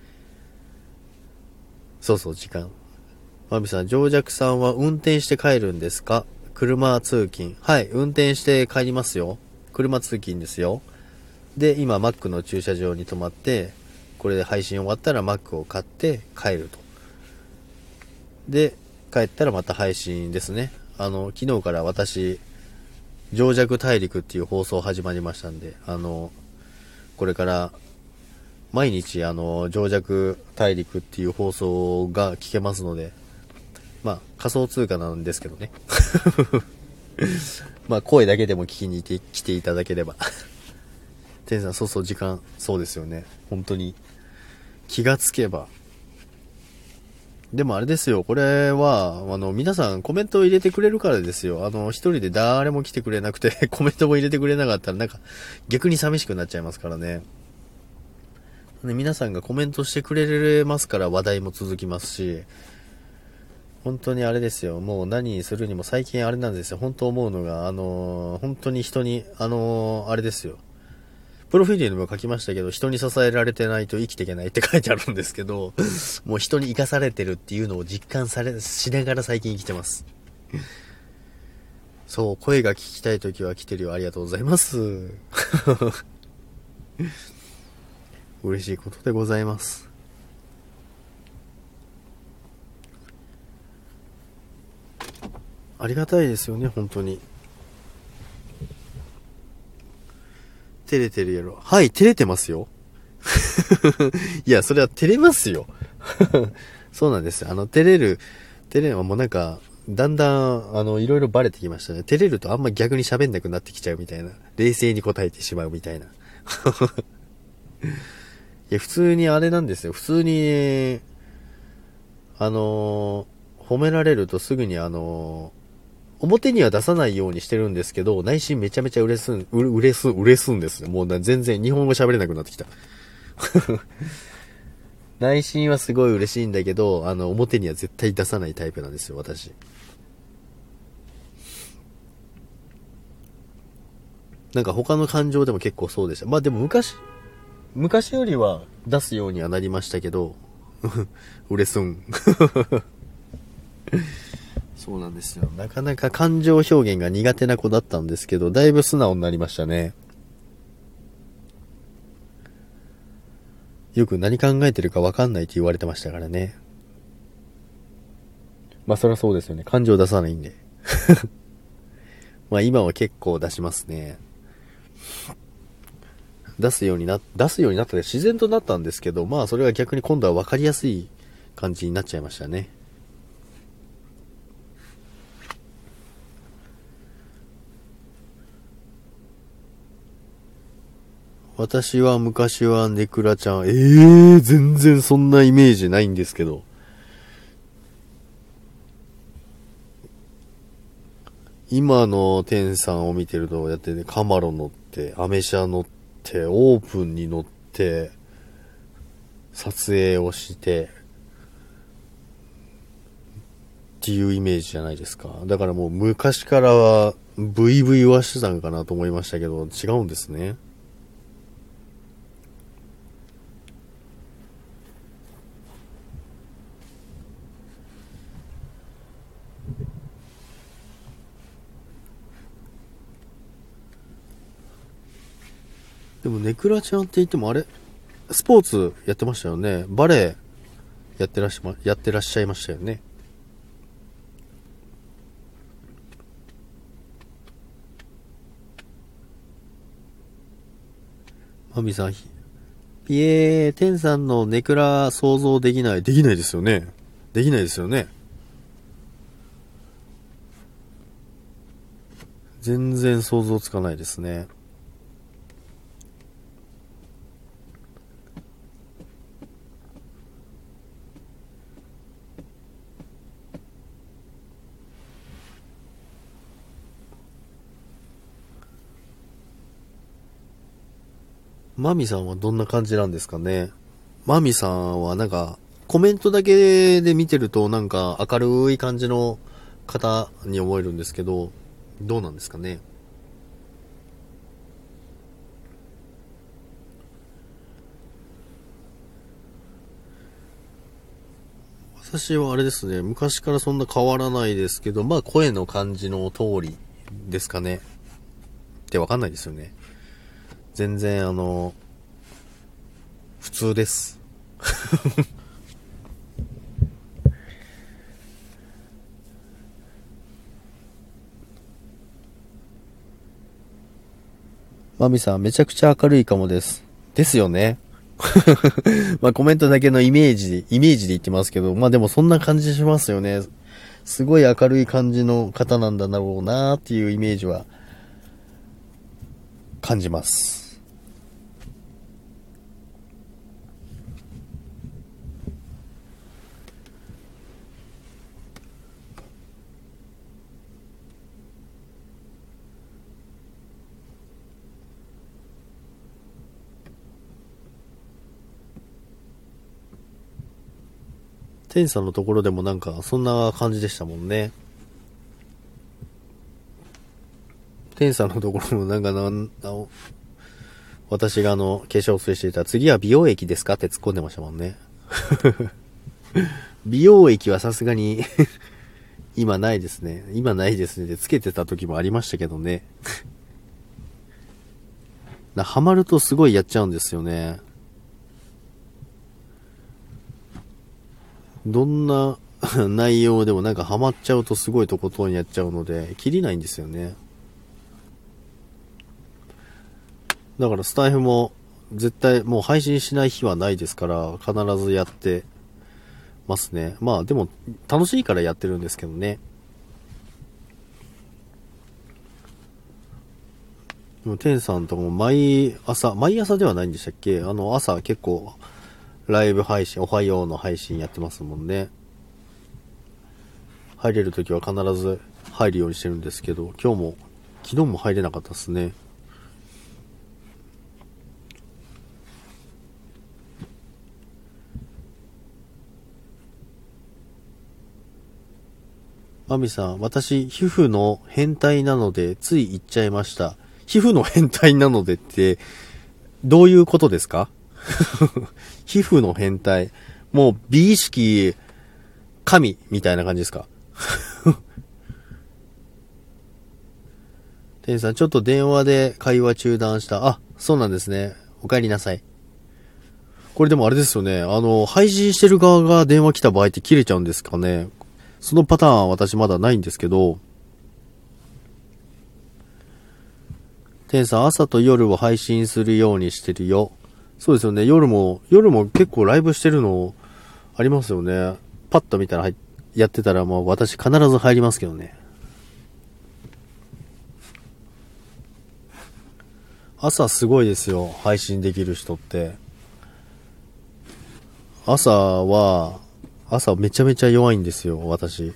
Speaker 1: そうそう、時間。マミさん、ジ弱さんは運転して帰るんですか？車通勤。はい、運転して帰りますよ。車通勤ですよ。で、今、マックの駐車場に止まって、これで配信終わったらマックを買って帰ると。で、帰ったらまた配信ですね。昨日から私、情弱大陸っていう放送始まりましたんで、これから毎日情弱大陸っていう放送が聞けますので、まあ仮想通貨なんですけどね。まあ声だけでも聞きに来ていただければ。テンさん、そうそう時間、そうですよね。本当に気がつけば。でもあれですよ、これは、皆さんコメントを入れてくれるからですよ。一人で誰も来てくれなくて、コメントも入れてくれなかったら、なんか、逆に寂しくなっちゃいますからね。で皆さんがコメントしてくれますから話題も続きますし、 本当にあれですよ。もう何にするにも最近あれなんですよ。本当思うのが、本当に人に、あれですよ。プロフィールにも書きましたけど、人に支えられてないと生きていけないって書いてあるんですけど、もう人に生かされてるっていうのを実感しながら最近生きてます。そう、声が聞きたいときは来てるよ。ありがとうございます。嬉しいことでございます。ありがたいですよね、本当に。照れてるやろ。はい、照れてますよ。いや、それは照れますよ。そうなんですよ。照れはもうなんか、だんだん、いろいろバレてきましたね。照れるとあんま逆に喋んなくなってきちゃうみたいな。冷静に答えてしまうみたいな。いや、普通にあれなんですよ。普通に、褒められるとすぐに表には出さないようにしてるんですけど、内心めちゃめちゃ嬉すんですよ。もう全然日本語喋れなくなってきた。内心はすごい嬉しいんだけど、表には絶対出さないタイプなんですよ、私。なんか他の感情でも結構そうでした。まあでも昔よりは出すようにはなりましたけど、嬉すん。そうなんですよ。なかなか感情表現が苦手な子だったんですけど、だいぶ素直になりましたね。よく何考えてるかわかんないって言われてましたからね。まあそりゃそうですよね。感情出さないんで。まあ今は結構出しますね。出すようになったで自然となったんですけど、まあそれは逆に今度は分かりやすい感じになっちゃいましたね。私は昔はネクラちゃん、全然そんなイメージないんですけど、今のテンさんを見てると、やってね、カマロ乗って、アメ車乗って、オープンに乗って、撮影をして、っていうイメージじゃないですか。だからもう昔からは、ブイブイはしてたんかなと思いましたけど、違うんですね。でもネクラちゃんって言ってもあれ、スポーツやってましたよね。バレエやってらっしゃいましたよね。マミさん、テンさんのネクラ想像できない。できないですよね。できないですよね。全然想像つかないですね。マミさんはどんな感じなんですかね。マミさんはなんか、コメントだけで見てるとなんか明るい感じの方に思えるんですけど、どうなんですかね。私はあれですね、昔からそんな変わらないですけど、まあ声の感じの通りですかね。ってわかんないですよね。全然普通です。マミさんめちゃくちゃ明るいかもです。ですよね。まあコメントだけのイメージで言ってますけど、まあでもそんな感じしますよね。すごい明るい感じの方なんだろうなっていうイメージは感じます。 店員さんのところでもなんかそんな感じでしたもんね。店員さんのところもなんか私が化粧水していた次は美容液ですかって突っ込んでましたもんね。美容液はさすがに今ないですね。今ないですね。でつけてた時もありましたけどね。ハマるとすごいやっちゃうんですよね。どんな内容でもなんかハマっちゃうとすごいとことんやっちゃうので、切りないんですよね。だからスタイフも絶対もう配信しない日はないですから必ずやってますね。まあでも楽しいからやってるんですけどね。でもテンさんとかも毎朝ではないんでしたっけ？朝結構ライブ配信、おはようの配信やってますもんね。入れるときは必ず入るようにしてるんですけど、昨日も入れなかったですね。マミさん、私、皮膚の変態なので、つい言っちゃいました。皮膚の変態なのでって、どういうことですか？皮膚の変態。もう、美意識、神、みたいな感じですか？店員さん、ちょっと電話で会話中断した。あ、そうなんですね。お帰りなさい。これでもあれですよね。配信してる側が電話来た場合って切れちゃうんですかね。そのパターンは私まだないんですけど、店員さん、朝と夜を配信するようにしてるよ。そうですよね。夜も結構ライブしてるのありますよね。パッと見たらやってたらもう私必ず入りますけどね。朝すごいですよ。配信できる人って。朝めちゃめちゃ弱いんですよ、私。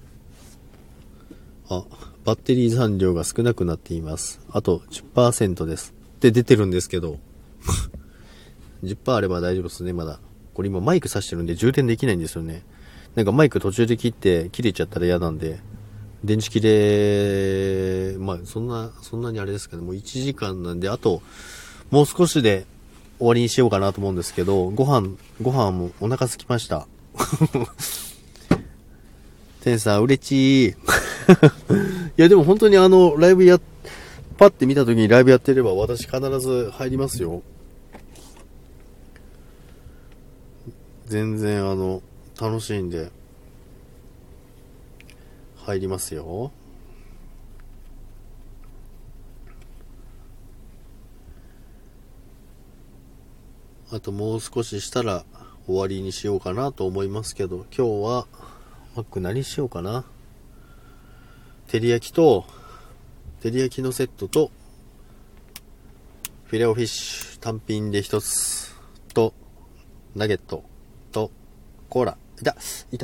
Speaker 1: あ、バッテリー残量が少なくなっています。あと 10% です。って出てるんですけど。10% あれば大丈夫ですね、まだ。これ今マイク挿してるんで充電できないんですよね。なんかマイク途中で切れちゃったら嫌なんで、電池切れ、まあそんなにあれですけども、1時間なんで、あと、もう少しで終わりにしようかなと思うんですけど、ご飯もお腹空きました。テンさん、うれちー。いやでも本当にライブパッて見た時にライブやってれば私必ず入りますよ。全然楽しいんで入りますよ。あともう少ししたら終わりにしようかなと思いますけど、今日はマック何しようかな。照り焼きのセットとフィレオフィッシュ単品で一つとナゲットとコーラいた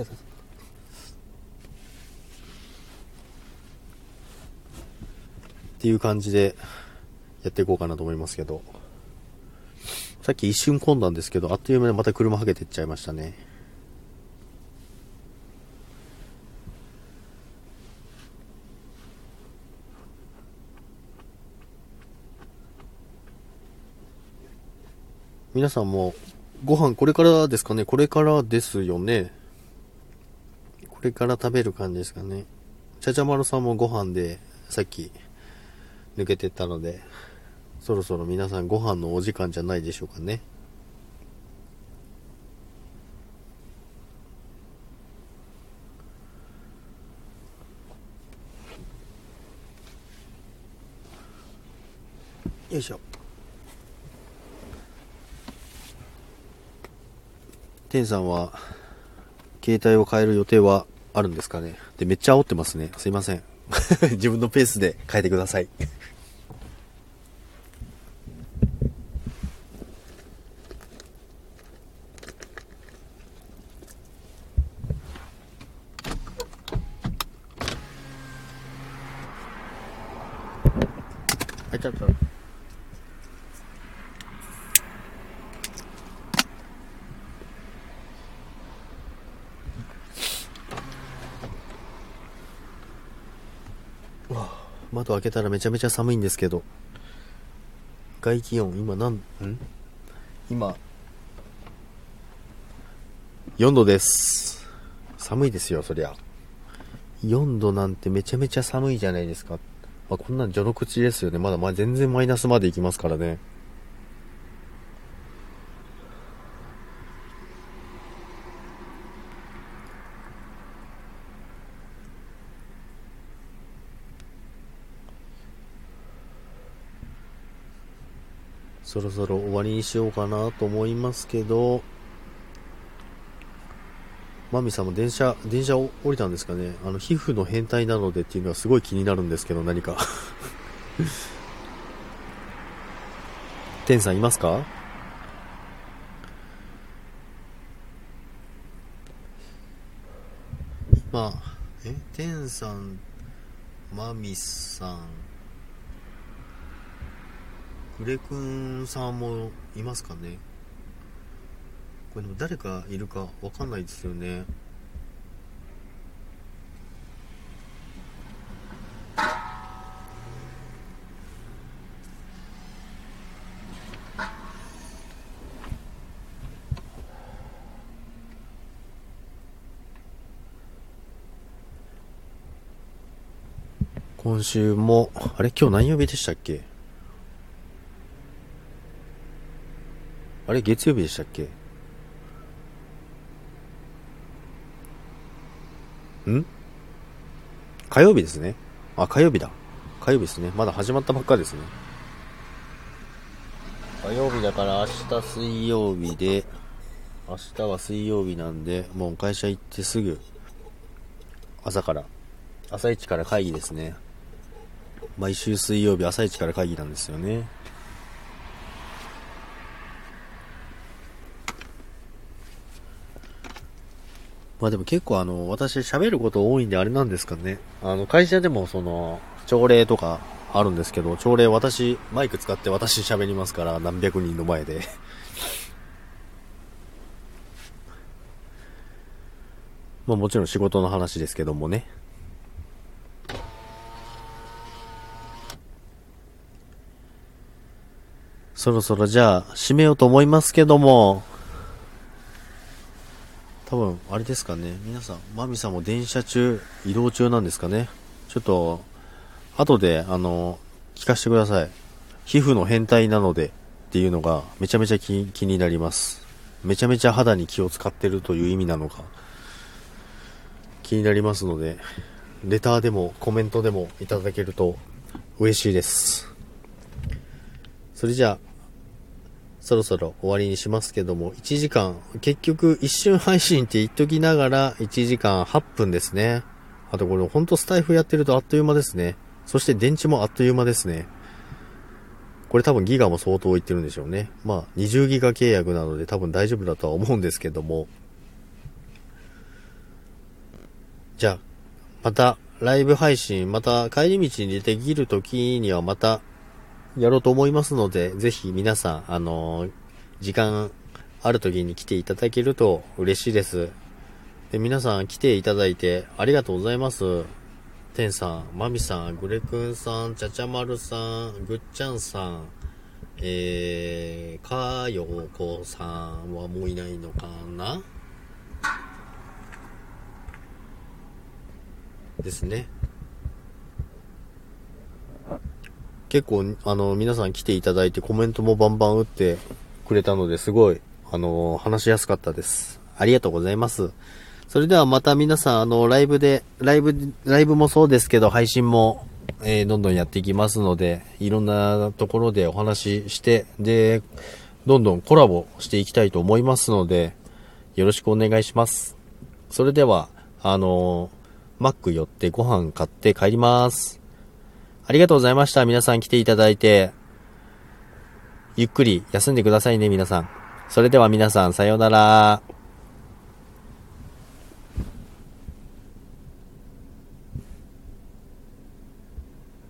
Speaker 1: っていう感じでやっていこうかなと思いますけど、さっき一瞬混んだんですけど、あっという間にまた車はけてっちゃいましたね。皆さんもご飯これからですかね？これからですよね。これから食べる感じですかね。ちゃちゃまるさんもご飯でさっき抜けてったので、そろそろ皆さんご飯のお時間じゃないでしょうかね。よいしょ。テンさんは携帯を変える予定はあるんですかね？で、めっちゃ煽ってますね。すいません。自分のペースで変えてください。ちょっと窓開けたらめちゃめちゃ寒いんですけど、外気温今4度です。寒いですよ、そりゃ。4度なんてめちゃめちゃ寒いじゃないですか。こんなん序の口ですよね。まだ全然マイナスまで行きますからね。そろそろ終わりにしようかなと思いますけど、マミさんも電車を降りたんですかね。皮膚の変態なのでっていうのはすごい気になるんですけど、何か。テンさんいますか？テンさん、マミさん、グレくんさんもいますかね。これでも誰かいるかわかんないですよね。今週も、今日何曜日でしたっけ？月曜日でしたっけ？火曜日ですね。火曜日だ。火曜日ですね。まだ始まったばっかですね。火曜日だから明日水曜日で、明日は水曜日なんで、もう会社行ってすぐ、朝一から会議ですね。毎週水曜日朝一から会議なんですよね。でも結構私喋ること多いんであれなんですかね。会社でも朝礼とかあるんですけど、朝礼マイク使って私喋りますから、何百人の前で。もちろん仕事の話ですけどもね。そろそろじゃあ締めようと思いますけども、多分あれですかね。皆さん、マミさんも移動中なんですかね。ちょっと後で聞かせてください。皮膚の変態なのでっていうのがめちゃめちゃ気になります。めちゃめちゃ肌に気を使ってるという意味なのか気になりますので、レターでもコメントでもいただけると嬉しいです。それじゃあそろそろ終わりにしますけども、1時間、結局一瞬配信って言っときながら1時間8分ですね。あとこれほんとスタイフやってるとあっという間ですね。そして電池もあっという間ですね。これ多分ギガも相当いってるんでしょうね。20ギガ契約なので多分大丈夫だとは思うんですけども。じゃあ、またライブ配信、また帰り道にできる時にはまたやろうと思いますので、ぜひ皆さん、時間ある時に来ていただけると嬉しいです。で、皆さん来ていただいてありがとうございます。テンさん、マミさん、グレくんさん、ちゃちゃまるさん、ぐっちゃんさん、かよこさんはもういないのかなですね。結構皆さん来ていただいてコメントもバンバン打ってくれたので、すごい話しやすかったです。ありがとうございます。それではまた皆さんライブもそうですけど配信も、どんどんやっていきますので、いろんなところでお話しして、でどんどんコラボしていきたいと思いますので、よろしくお願いします。それではマック寄ってご飯買って帰ります。ありがとうございました。皆さん来ていただいて、ゆっくり休んでくださいね、皆さん。それでは皆さん、さようなら。